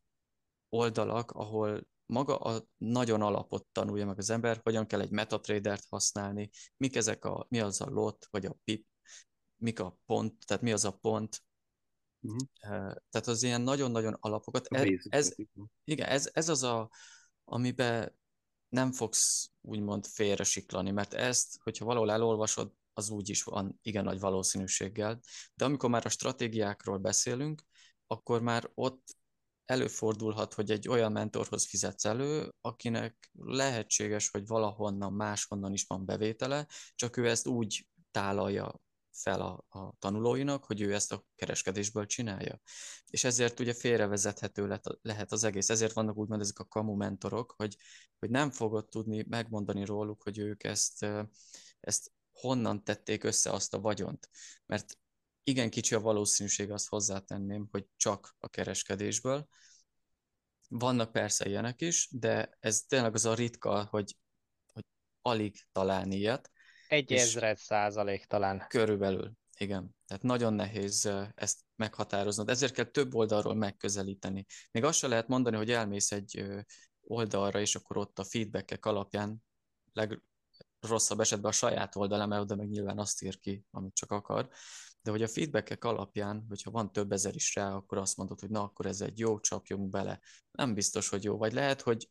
oldalak, ahol maga a nagyon alapot tanulja meg az ember, hogyan kell egy MetaTrader-t használni, mik ezek a, mi az a lot, vagy a pip, mik a pont, tehát mi az a pont, Uh-huh. tehát az ilyen nagyon-nagyon alapokat. A Ez, basic, ez igen. igen, ez, ez az a amiben nem fogsz úgymond félresiklani, mert ezt, hogyha valahol elolvasod, az úgy is van igen nagy valószínűséggel. De amikor már a stratégiákról beszélünk, akkor már ott előfordulhat, hogy egy olyan mentorhoz fizetsz elő, akinek lehetséges, hogy valahonnan máshonnan is van bevétele, csak ő ezt úgy tálalja fel a, a tanulóinak, hogy ő ezt a kereskedésből csinálja. És ezért ugye félrevezethető lehet az egész. Ezért vannak úgymond ezek a kamu mentorok, hogy, hogy nem fogod tudni megmondani róluk, hogy ők ezt, ezt honnan tették össze azt a vagyont. Mert igen kicsi a valószínűség, azt hozzátenném, hogy csak a kereskedésből. Vannak persze ilyenek is, de ez tényleg az a ritka, hogy, hogy alig találni ilyet. Egy És ezred százalék talán. körülbelül, igen. Tehát nagyon nehéz ezt meghatároznod. Ezért kell több oldalról megközelíteni. Még azt se lehet mondani, hogy elmész egy oldalra, és akkor ott a feedbackek alapján legrosszabb esetben a saját oldalán, mert oda meg nyilván azt ír ki, amit csak akar. De hogy a feedbackek alapján, hogyha van több ezer is rá, akkor azt mondod, hogy na, akkor ez egy jó, csapjunk bele. Nem biztos, hogy jó. Vagy lehet, hogy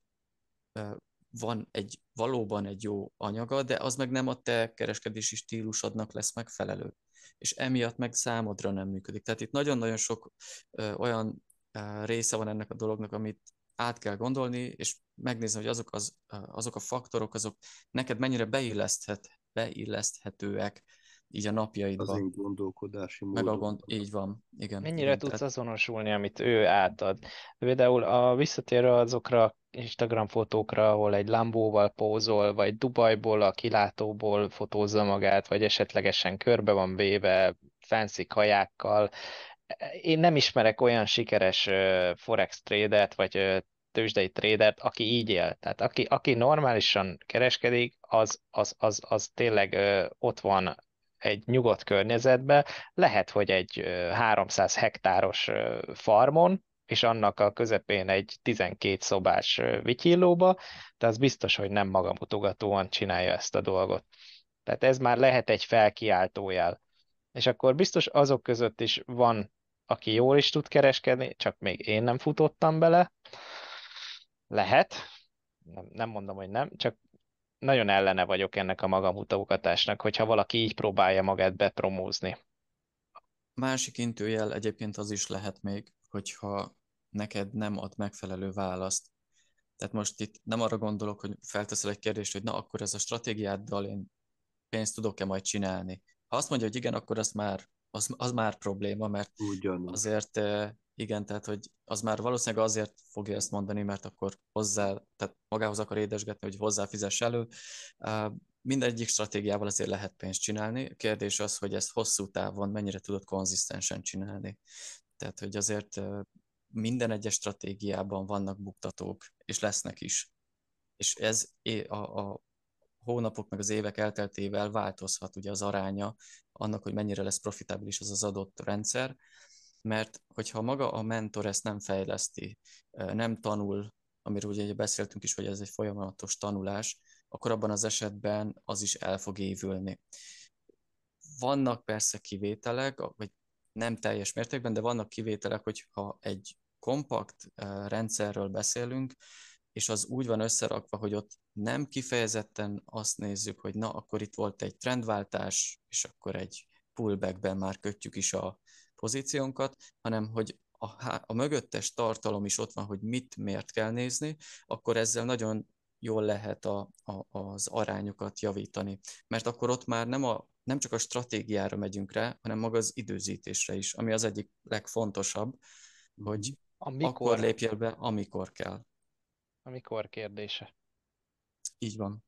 van egy valóban egy jó anyaga, de az meg nem a te kereskedési stílusodnak lesz megfelelő. És emiatt meg számodra nem működik. Tehát itt nagyon-nagyon sok ö, olyan ö, része van ennek a dolognak, amit át kell gondolni, és megnézni, hogy azok, az, azok a faktorok, azok neked mennyire beilleszthet, beilleszthetőek így a Az napjaidba. én gondolkodási Meg a módon. gond, így van, igen, Mennyire igen. tudsz Tehát azonosulni, amit ő átad? Például a visszatérve azokra Instagram fotókra, ahol egy Lambóval pózol, vagy Dubajból, a kilátóból fotózza magát, vagy esetlegesen körbe van véve fancy kajákkal. Én nem ismerek olyan sikeres ö, forex tradert, vagy ö, tőzsdei tradert, aki így él. Tehát aki, aki normálisan kereskedik, az, az, az, az tényleg ö, ott van egy nyugodt környezetben, lehet, hogy egy ö, háromszáz hektáros ö, farmon, és annak a közepén egy tizenkét szobás ö, vityillóba, de az biztos, hogy nem magamutogatóan csinálja ezt a dolgot. Tehát ez már lehet egy felkiáltójel. És akkor biztos azok között is van, aki jól is tud kereskedni, csak még én nem futottam bele. Lehet, nem, nem mondom, hogy nem, csak nagyon ellene vagyok ennek a magamutogatásnak, hogyha valaki így próbálja magát bepromózni. másik intőjel egyébként az is lehet még, hogyha neked nem ad megfelelő választ. Tehát most itt nem arra gondolok, hogy felteszel egy kérdést, hogy na, akkor ez a stratégiáddal én pénzt tudok-e majd csinálni. Ha azt mondja, hogy igen, akkor az már, az, az már probléma, mert Ugyanúgy. azért igen, tehát hogy az már valószínűleg azért fogja ezt mondani, mert akkor hozzá, tehát magához akar édesgetni, hogy hozzá fizess elő. Mindegyik stratégiával azért lehet pénzt csinálni. A kérdés az, hogy ezt hosszú távon mennyire tudod konzisztensen csinálni. Tehát, hogy azért minden egyes stratégiában vannak buktatók, és lesznek is. És ez a, a hónapok meg az évek elteltével változhat ugye az aránya annak, hogy mennyire lesz profitábilis az az adott rendszer, mert hogyha maga a mentor ezt nem fejleszti, nem tanul, amiről ugye beszéltünk is, hogy ez egy folyamatos tanulás, akkor abban az esetben az is el fog évülni. Vannak persze kivételek, vagy nem teljes mértékben, de vannak kivételek, hogyha egy kompakt rendszerről beszélünk, és az úgy van összerakva, hogy ott nem kifejezetten azt nézzük, hogy na, akkor itt volt egy trendváltás, és akkor egy pullbackben már kötjük is a pozíciónkat, hanem hogy a, a mögöttes tartalom is ott van, hogy mit, miért kell nézni, akkor ezzel nagyon jól lehet a, a, az arányokat javítani. Mert akkor ott már nem, a, nem csak a stratégiára megyünk rá, hanem maga az időzítésre is, ami az egyik legfontosabb, hogy akkor Amikor, lépjél be, amikor kell. amikor kérdése. Így van.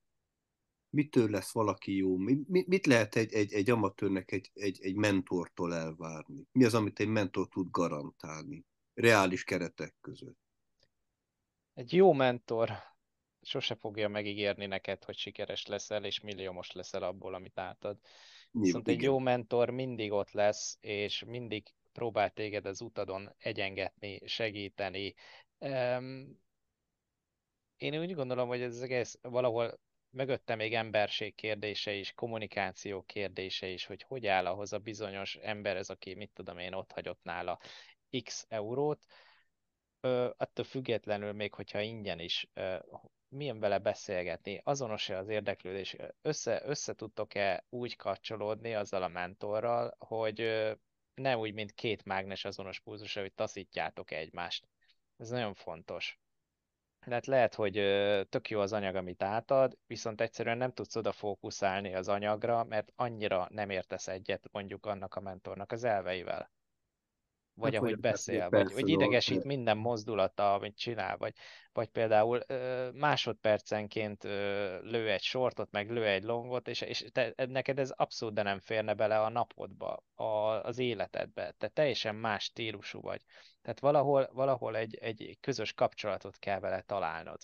Mitől lesz valaki jó? Mi, mi, mit lehet egy, egy, egy amatőrnek egy, egy, egy mentortól elvárni? Mi az, amit egy mentor tud garantálni? Reális keretek között. Egy jó mentor sose fogja megígérni neked, hogy sikeres leszel, és milliómos leszel abból, amit átad. Nyilván, Viszont egy jó igen. mentor mindig ott lesz, és mindig próbál téged az utadon egyengetni, segíteni. Um, én úgy gondolom, hogy ez az egész valahol mögötte még emberség kérdése is, kommunikáció kérdése is, hogy hogy áll ahhoz a bizonyos emberhez, aki, mit tudom én, ott hagyott nála X eurót, ö, attól függetlenül, még hogyha ingyen is, ö, milyen vele beszélgetni, azonos-e az érdeklődés, össze, össze tudtok-e úgy kapcsolódni azzal a mentorral, hogy ö, ne úgy, mint két mágnes azonos pulzusra, hogy taszítjátok egymást. Ez nagyon fontos. Tehát lehet, hogy ö, tök jó az anyag, amit átad, viszont egyszerűen nem tudsz oda fókuszálni az anyagra, mert annyira nem értesz egyet mondjuk annak a mentornak az elveivel, vagy Hát, vagy ahogy akár beszél, vagy, persze, vagy no, idegesít minden mozdulata, amit csinál, vagy, vagy például ö, másodpercenként ö, lő egy sortot, meg lő egy longot, és, és te, neked ez abszolút de nem férne bele a napodba, a, az életedbe. Te teljesen más stílusú vagy. Tehát valahol, valahol egy, egy közös kapcsolatot kell vele találnod.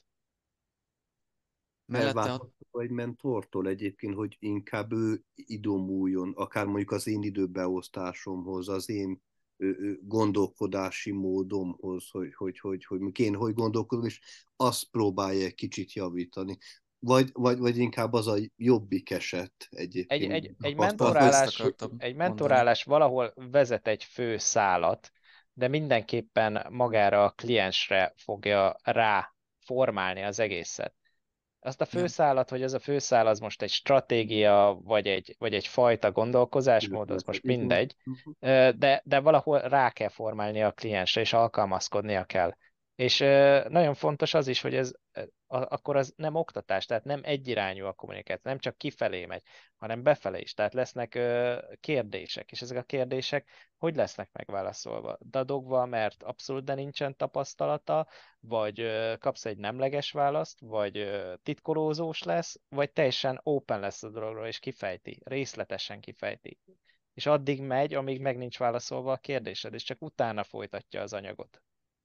Mellette a... elvárható egy mentortól egyébként, hogy inkább ő idomuljon, akár mondjuk az én időbeosztásomhoz, az én ö, ö, gondolkodási módomhoz, hogy, hogy, hogy, hogy, hogy én hogy gondolkodom, és azt próbálja egy kicsit javítani. Vagy, vagy, vagy inkább az a jobbik eset Egy, egyébként. egy, egy Pont ezt mentorálás, akartam egy mondani. mentorálás valahol vezet egy fő szálat, de mindenképpen magára a kliensre fogja rá formálni az egészet. Azt a Ja. főszálat, hogy az a főszál az most egy stratégia, vagy egy, vagy egy fajta gondolkozásmód, az most Igen. mindegy, Ö, de, de valahol rá kell formálni a kliensre, és alkalmazkodnia kell. És ö, nagyon fontos az is, hogy ez ö, a- akkor az nem oktatás, tehát nem egyirányú a kommunikáció, nem csak kifelé megy, hanem befelé is. Tehát lesznek ö, kérdések, és ezek a kérdések hogy lesznek megválaszolva? Dadogva, mert abszolút de nincsen tapasztalata, vagy ö, kapsz egy nemleges választ, vagy ö, titkolózós lesz, vagy teljesen open lesz a dologról, és kifejti, részletesen kifejti. És addig megy, amíg meg nincs válaszolva a kérdésed, és csak utána folytatja az anyagot.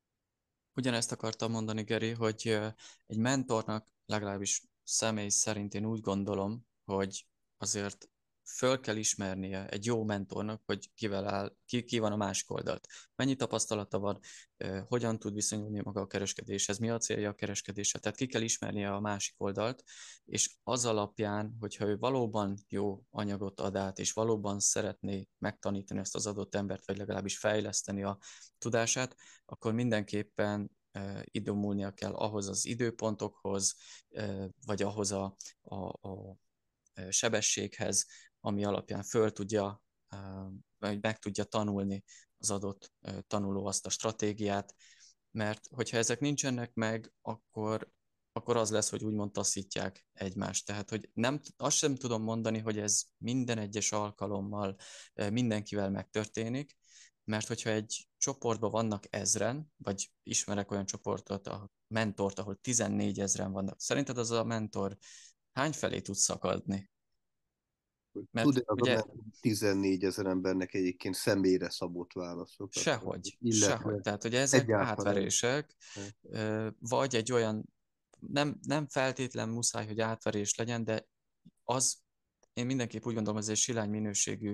Ugyanezt akartam mondani, Geri, hogy ö, egy mentornak, legalábbis személy szerint én úgy gondolom, hogy azért föl kell ismernie egy jó mentornak, hogy kivel áll, ki, ki van a másik oldalt. Mennyi tapasztalata van, ö, hogyan tud viszonyulni maga a kereskedéshez, mi a célja a kereskedése. Tehát ki kell ismernie a másik oldalt, és az alapján, hogyha ő valóban jó anyagot ad át, és valóban szeretné megtanítani ezt az adott embert, vagy legalábbis fejleszteni a tudását, akkor mindenképpen uh, idomulnia kell ahhoz az időpontokhoz, uh, vagy ahhoz a, a, a sebességhez, ami alapján föl tudja, uh, vagy meg tudja tanulni az adott uh, tanuló azt a stratégiát, mert hogyha ezek nincsenek meg, akkor, akkor az lesz, hogy úgymond taszítják egymást. Tehát, hogy nem, azt sem tudom mondani, hogy ez minden egyes alkalommal mindenkivel megtörténik, mert hogyha egy csoportban vannak ezren, vagy ismerek olyan csoportot, a mentort, ahol tizennégy ezren vannak, szerinted az a mentor hány felé tud szakadni? Mert Tud-e az a ugye mentor tizennégy ezer embernek egyébként személyre szabott válaszokat adni? sehogy, sehogy. Illetve Tehát, hogy ezek egyáltalán átverések, vagy egy olyan, nem, nem feltétlen muszáj, hogy átverés legyen, de az, én mindenképp úgy gondolom, hogy ez egy silány minőségű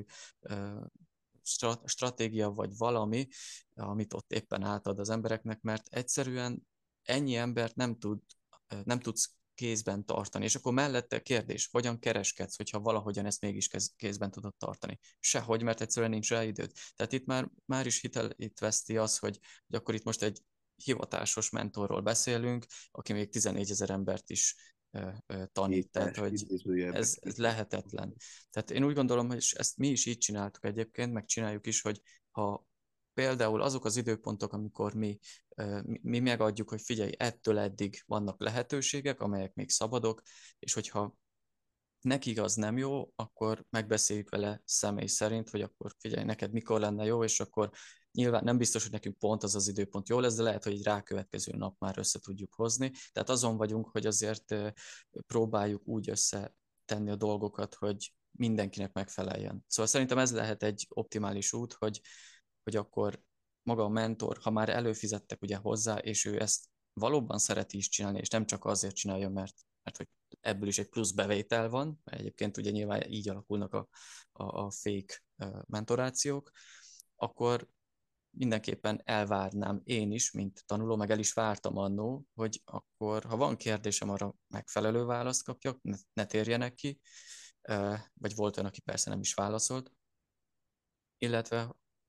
stratégia, vagy valami, amit ott éppen átad az embereknek, mert egyszerűen ennyi embert nem, tud, nem tudsz kézben tartani. És akkor mellette kérdés, hogyan kereskedsz, hogyha valahogyan ezt mégis kézben tudod tartani? Sehogy, mert egyszerűen nincs rá időd. Tehát itt már, már is hitelét veszti az, hogy, hogy akkor itt most egy hivatásos mentorról beszélünk, aki még tizennégy ezer embert is ö, ö, tanít. Tehát, képes, hogy idézőjelbe ez, ez képes. lehetetlen. Tehát én úgy gondolom, hogy ezt mi is így csináltuk egyébként, meg csináljuk is, hogy ha például azok az időpontok, amikor mi, mi megadjuk, hogy figyelj, ettől eddig vannak lehetőségek, amelyek még szabadok, és hogyha neki az nem jó, akkor megbeszéljük vele személy szerint, hogy akkor figyelj, neked mikor lenne jó, és akkor nyilván nem biztos, hogy nekünk pont az az időpont jó lesz, de lehet, hogy egy rákövetkező nap már össze tudjuk hozni. Tehát azon vagyunk, hogy azért próbáljuk úgy összetenni a dolgokat, hogy mindenkinek megfeleljen. Szóval szerintem ez lehet egy optimális út, hogy, hogy akkor maga a mentor, ha már előfizettek ugye hozzá, és ő ezt valóban szereti is csinálni, és nem csak azért csinálja, mert, mert hogy ebből is egy plusz bevétel van, mert egyébként ugye nyilván így alakulnak a, a, a fake mentorációk, akkor mindenképpen elvárnám én is, mint tanuló, meg el is vártam annó, hogy akkor, ha van kérdésem, arra megfelelő választ kapjak, ne, ne térjenek ki, vagy volt olyan, aki persze nem is válaszolt, illetve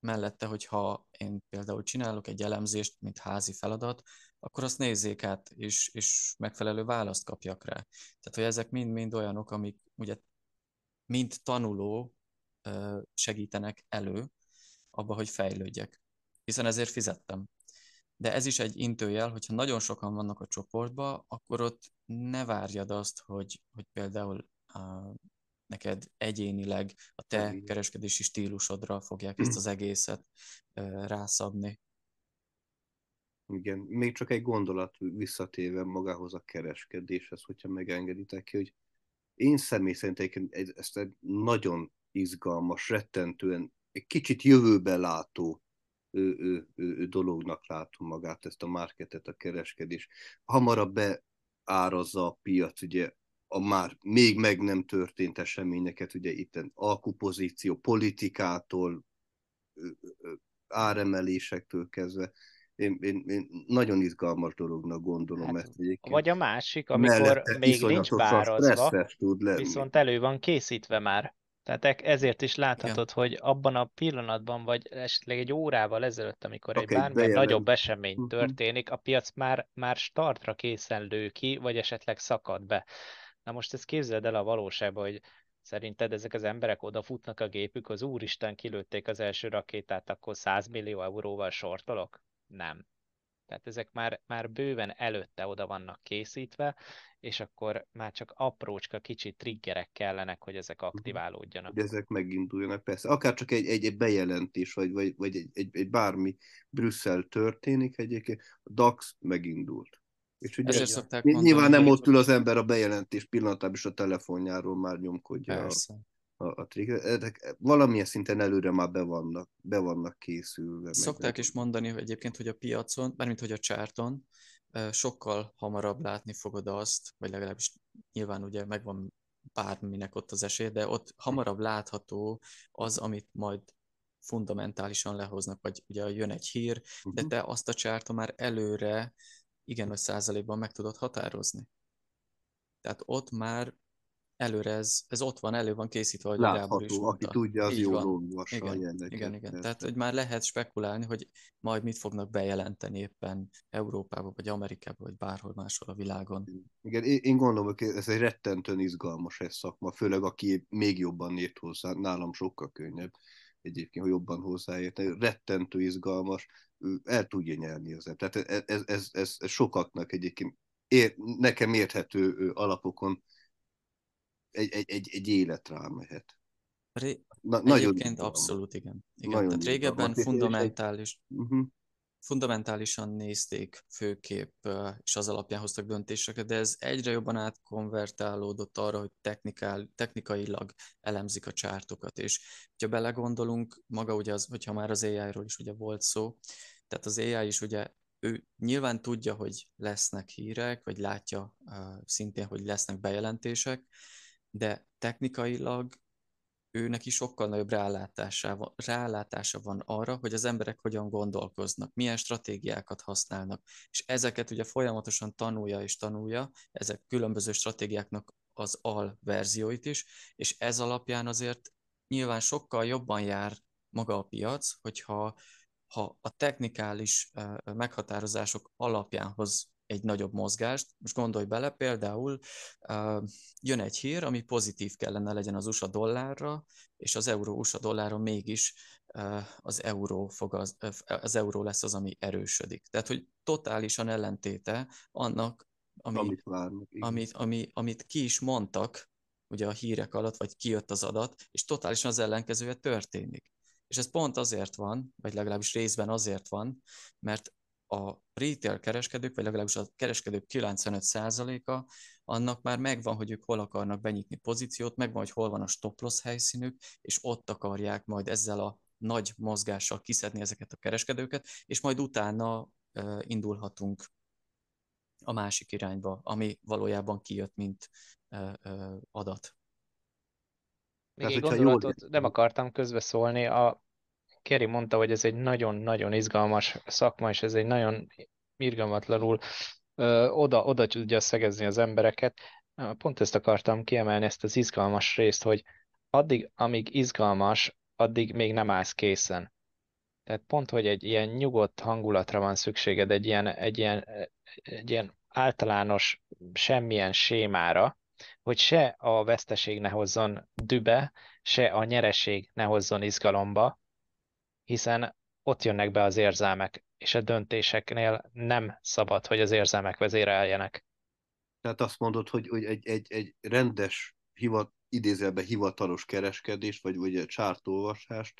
mellette, hogyha én például csinálok egy elemzést, mint házi feladat, akkor azt nézzék át, és, és megfelelő választ kapjak rá. Tehát, hogy ezek mind-mind olyanok, amik ugye mind tanuló ö, segítenek elő abba, hogy fejlődjek. Hiszen ezért fizettem. De ez is egy intőjel, hogyha nagyon sokan vannak a csoportban, akkor ott ne várjad azt, hogy, hogy például uh, neked egyénileg a te Segít. kereskedési stílusodra fogják ezt az egészet uh, rászabni. Igen, még csak egy gondolat visszatéve magához a kereskedéshez, hogyha megengeditek ki, hogy én személy szerint egy- ezt egy nagyon izgalmas, rettentően, egy kicsit jövőbe látó ő, ő, ő, ő dolognak látom magát, ezt a marketet, a kereskedés. Hamarabb beárazza a piac, ugye a már még meg nem történt eseményeket, ugye itt alkupozíció, politikától, áremelésektől kezdve. Én, én, én nagyon izgalmas dolognak gondolom Hát, ezt egyébként. vagy a másik, amikor Mellette még nincs iszonyatosan beárazva, stresszes tud lenni. viszont elő van készítve már. Tehát e- ezért is Igen. láthatod, hogy abban a pillanatban, vagy esetleg egy órával ezelőtt, amikor egy Csak egy bármilyen nagyobb bejelent. esemény Uh-huh. történik, a piac már, már startra készen lő ki, vagy esetleg szakad be. Na most ezt képzeld el a valóságban, hogy szerinted ezek az emberek odafutnak a gépükhöz, úristen, kilőtték az első rakétát, akkor száz millió euróval sortolok? Nem. Tehát ezek már, már bőven előtte oda vannak készítve, és akkor már csak aprócska kicsi triggerek kellenek, hogy ezek Hogy aktiválódjanak. ezek meginduljanak, persze. Akár csak egy, egy, egy bejelentés, vagy, vagy, vagy egy, egy, egy bármi Brüsszel történik egyébként, a DAX megindult. És ugye Ezért Így van. szokták nyilván mondani, nem hogy ott ül az ember a bejelentés pillanatában, és a telefonjáról már nyomkodja a, persze. a, a trigger. Ezek valamilyen szinten előre már be vannak, be vannak készülve. Meg Szokták is mondani, hogy egyébként, hogy a piacon, mármint hogy a csárton, ö, sokkal hamarabb látni fogod azt, vagy legalábbis nyilván ugye megvan bárminek ott az esély, de ott hamarabb látható az, amit majd fundamentálisan lehoznak, vagy ugye jön egy hír, de uh-huh. te azt a csárton már előre igen nagy százalékban meg tudod határozni. Tehát ott már előre ez, ez ott van, elő van készítve, ahogy a Gábor is Látható, aki mondta. tudja, az Így jól van. olvassa a Igen, igen, jeleket. igen. Tehát, Persze. hogy már lehet spekulálni, hogy majd mit fognak bejelenteni éppen Európába, vagy Amerikába, vagy bárhol máshol a világon. Igen, én én gondolom, hogy ez egy rettentően izgalmas ez szakma, főleg aki még jobban ért hozzá, nálam sokkal könnyebb egyébként, hogy jobban hozzáért. Rettentő izgalmas, ő el tudja nyerni az ember. Tehát ez, ez, ez, ez, ez sokaknak egyébként ér, nekem érthető alapokon egy, egy, egy, egy élet rámehet. Ré... Na, nagyon Egyébként izgalmas. abszolút igen. Igen, Nagyon tehát régebben izgalmas. És, és egy, fundamentális, uh-huh. fundamentálisan nézték főképp, ö, és az alapján hoztak döntéseket, de ez egyre jobban átkonvertálódott arra, hogy technikál, technikailag elemzik a csártokat, és ha belegondolunk, maga ugye az, hogyha már az á i-ról is ugye volt szó, tehát az á i is ugye ő nyilván tudja, hogy lesznek hírek, vagy látja uh, szintén, hogy lesznek bejelentések, de technikailag ő neki sokkal nagyobb rálátása van, rálátása van arra, hogy az emberek hogyan gondolkoznak, milyen stratégiákat használnak, és ezeket ugye folyamatosan tanulja és tanulja, ezek különböző stratégiáknak az alverzióit is, és ez alapján azért nyilván sokkal jobban jár maga a piac, hogyha ha a technikális uh, meghatározások alapján hoz egy nagyobb mozgást. Most gondolj bele, például uh, jön egy hír, ami pozitív kellene legyen az u es á dollárra, és az euró-u es á dolláron mégis uh, az euró, fog az, az euró lesz az, ami erősödik. Tehát, hogy totálisan ellentéte annak, ami, Amit várnak, igen. amit, ami, amit ki is mondtak, ugye a hírek alatt, vagy kijött az adat, és totálisan az ellenkezője történik. És ez pont azért van, vagy legalábbis részben azért van, mert a retail kereskedők, vagy legalábbis a kereskedők kilencvenöt százaléka annak már megvan, hogy ők hol akarnak benyitni pozíciót, megvan, hogy hol van a stop loss helyszínük, és ott akarják majd ezzel a nagy mozgással kiszedni ezeket a kereskedőket, és majd utána uh, indulhatunk a másik irányba, ami valójában kijött, mint uh, uh, adat. Még Tehát, egy hogyha jól gondolatot nem akartam közbeszólni. A Keri mondta, hogy ez egy nagyon-nagyon izgalmas szakma, és ez egy nagyon irgalmatlanul ö, oda, oda tudja szegezni az embereket. Pont ezt akartam kiemelni, ezt az izgalmas részt, hogy addig, amíg izgalmas, addig még nem állsz készen. Tehát pont, hogy egy ilyen nyugodt hangulatra van szükséged, egy ilyen, egy ilyen, egy ilyen általános semmilyen sémára, hogy se a veszteség ne hozzon dübe, se a nyereség ne hozzon izgalomba, hiszen ott jönnek be az érzelmek, és a döntéseknél nem szabad, hogy az érzelmek vezéreljenek. Tehát azt mondod, hogy, hogy egy, egy, egy rendes, hivat, idézőjelben hivatalos kereskedést, vagy, vagy egy csártolvasást,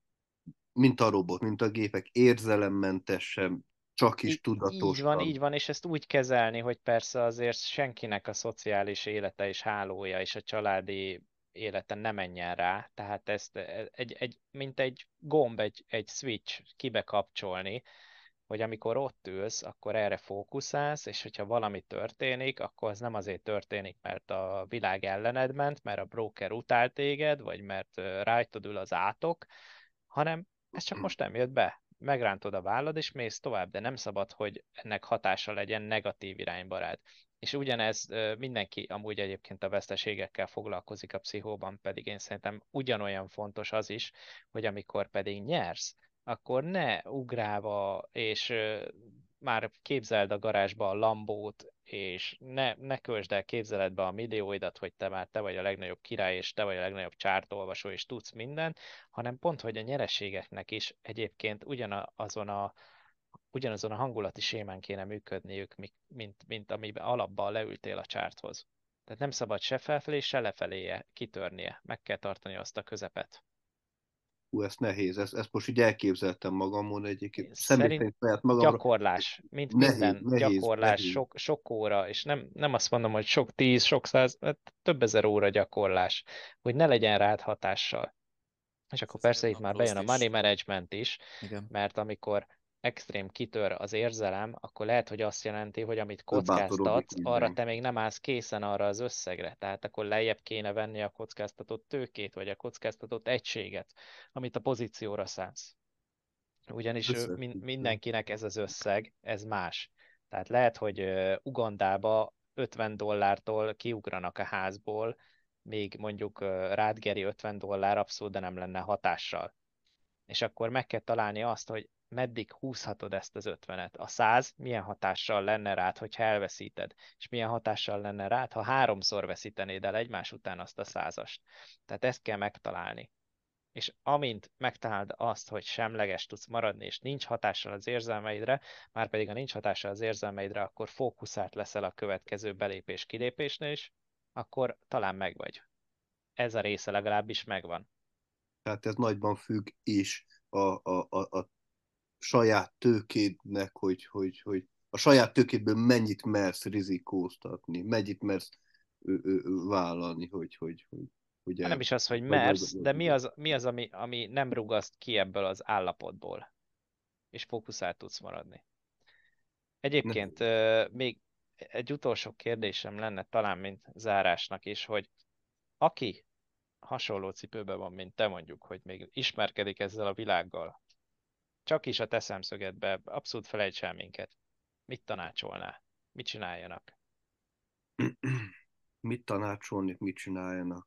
mint a robot, mint a gépek, érzelemmentesen, csak is Í- így van, tudatosan. így van, és ezt úgy kezelni, hogy persze azért senkinek a szociális élete és hálója és a családi élete ne menjen rá, tehát ezt e- egy, egy, mint egy gomb, egy, egy switch kibekapcsolni, hogy amikor ott ülsz, akkor erre fókuszálsz, és hogyha valami történik, akkor az nem azért történik, mert a világ ellened ment, mert a broker utál téged, vagy mert ö, rajtad ül az átok, hanem ez csak most nem jött be. Megrántod a vállad, és mész tovább, de nem szabad, hogy ennek hatása legyen negatív irányba rád. És ugyanez ö, mindenki amúgy egyébként a veszteségekkel foglalkozik a pszichóban, pedig én szerintem ugyanolyan fontos az is, hogy amikor pedig nyersz, akkor ne ugrálva, és ö, már képzeld a garázsba a Lambót, és ne, ne költsd el képzeletbe a millióidat, hogy te már te vagy a legnagyobb király, és te vagy a legnagyobb csártolvasó, és tudsz mindent, hanem pont, hogy a nyereségeknek is egyébként ugyanazon a, ugyanazon a hangulati sémán kéne működniük, mi- mint, mint amiben alapban leültél a csárthoz. Tehát nem szabad se felfelé, se lefelé kitörnie. Meg kell tartani azt a közepet. Hú, ez nehéz, ezt, ezt most így elképzeltem magamon egyébként. Személy Szerint szerint saját magamra gyakorlás, mint nehéz, minden nehéz, gyakorlás, nehéz. sok, sok óra, és nem, nem azt mondom, hogy sok tíz, sok száz, hát több ezer óra gyakorlás, hogy ne legyen rád hatással. És És akkor az persze itt már bejön elgondolózt a money is. management is, Igen. mert amikor extrém kitör az érzelem, akkor lehet, hogy azt jelenti, hogy amit Fölbátorodik kockáztatsz, arra te mindenki. még nem állsz készen arra az összegre. Tehát akkor lejjebb kéne venni a kockáztatott tőkét, vagy a kockáztatott egységet, amit a pozícióra szánsz. Ugyanis ö, min- Összefüggő. mindenkinek ez az összeg, ez más. Tehát lehet, hogy ö, Ugandába ötven dollártól kiugranak a házból, még mondjuk ö, rád Geri ötven dollár abszolút, de nem lenne hatással. És akkor meg kell találni azt, hogy meddig húzhatod ezt az ötvenet. A száz milyen hatással lenne rád, hogyha elveszíted, és milyen hatással lenne rád, ha háromszor veszítenéd el egymás után azt a százast. Tehát ezt kell megtalálni. És amint megtalálod azt, hogy semleges tudsz maradni, és nincs hatással az érzelmeidre, már pedig ha nincs hatással az érzelmeidre, akkor fókuszált leszel a következő belépés-kilépésnél is, akkor talán megvagy. Ez a része legalábbis megvan. Tehát ez nagyban függ is a, a, a, a saját tőkédnek, hogy, hogy, hogy a saját tőkédből mennyit mersz rizikóztatni, mennyit mersz ő, ő, ő, vállalni, hogy, hogy, hogy Hát ugye, nem is az, hogy vagy, vagy, mersz, vagy, de mi vagy, az, mi az ami, ami nem rugaszt ki ebből az állapotból, és fókuszált tudsz maradni. Egyébként nehéz. euh, még egy utolsó kérdésem lenne, talán mint zárásnak is, hogy aki hasonló cipőben van, mint te mondjuk, hogy még ismerkedik ezzel a világgal, csak is a te szemszögedbe, abszolút felejts el minket. Mit tanácsolnál? Mit csináljanak? Mit tanácsolni, mit csináljanak?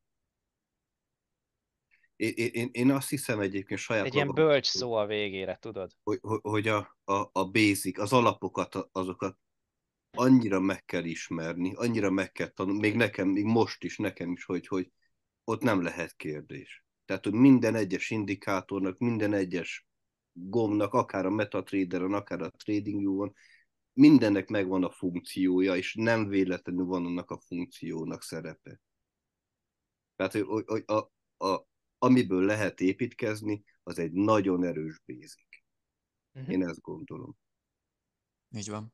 Én, én, én azt hiszem egyébként saját Egy ilyen magam, bölcs szó a végére, tudod? hogy, hogy, hogy a, a, a basic, az alapokat, azokat annyira meg kell ismerni, annyira meg kell tanulni, még nekem, még most is nekem is, hogy, hogy ott nem lehet kérdés. Tehát, hogy minden egyes indikátornak, minden egyes gombnak, akár a MetaTraderen, akár a TradingView-on, mindennek megvan a funkciója, és nem véletlenül van annak a funkciónak szerepe. Tehát, hogy, hogy, hogy a, a, amiből lehet építkezni, az egy nagyon erős basic. Uh-huh. Én ezt gondolom. Így van.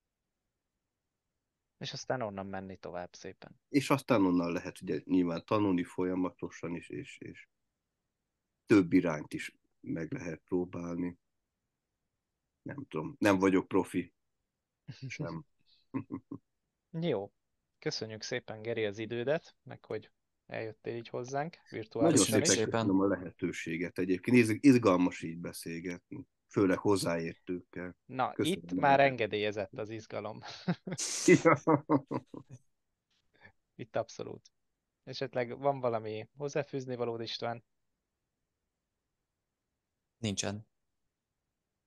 És aztán onnan menni tovább szépen. És aztán onnan lehet ugye nyilván tanulni folyamatosan is, és, és több irányt is meg lehet próbálni. Nem tudom, nem vagyok profi sem. Jó. Köszönjük szépen, Geri, az idődet, meg hogy eljöttél így hozzánk, Nagyon virtuálisan Köszönjük szépen is. szépen. köszönöm a lehetőséget egyébként. Iz- Izgalmas így beszélgetni, főleg hozzáértőkkel. Na, itt Köszönöm a már lehetőséget. engedélyezett az izgalom. Itt abszolút. Esetleg van valami hozzáfűzni valód, István? Nincsen.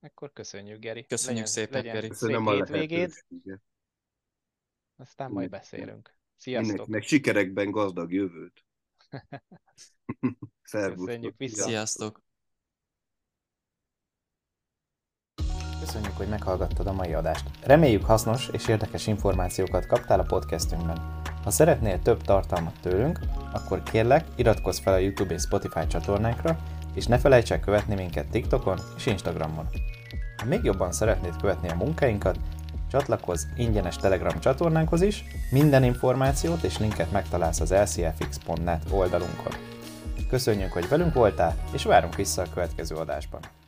Akkor köszönjük, Geri. Köszönjük legyen, szépen, legyen Geri. Köszönöm szép a hétvégéd, lehetőséget. aztán majd beszélünk. Sziasztok! Mindenkinek sikerekben gazdag jövőt. Szervusztok. Köszönjük, vissza. Sziasztok! Köszönjük, hogy meghallgattad a mai adást. Reméljük hasznos és érdekes információkat kaptál a podcastünkben. Ha szeretnél több tartalmat tőlünk, akkor kérlek, iratkozz fel a YouTube és Spotify csatornánkra, és ne felejts el követni minket TikTokon és Instagramon. Ha még jobban szeretnéd követni a munkáinkat, csatlakozz ingyenes Telegram csatornánkhoz is, minden információt és linket megtalálsz az el cé ef iksz pont net oldalunkon. Köszönjük, hogy velünk voltál, és várunk vissza a következő adásban.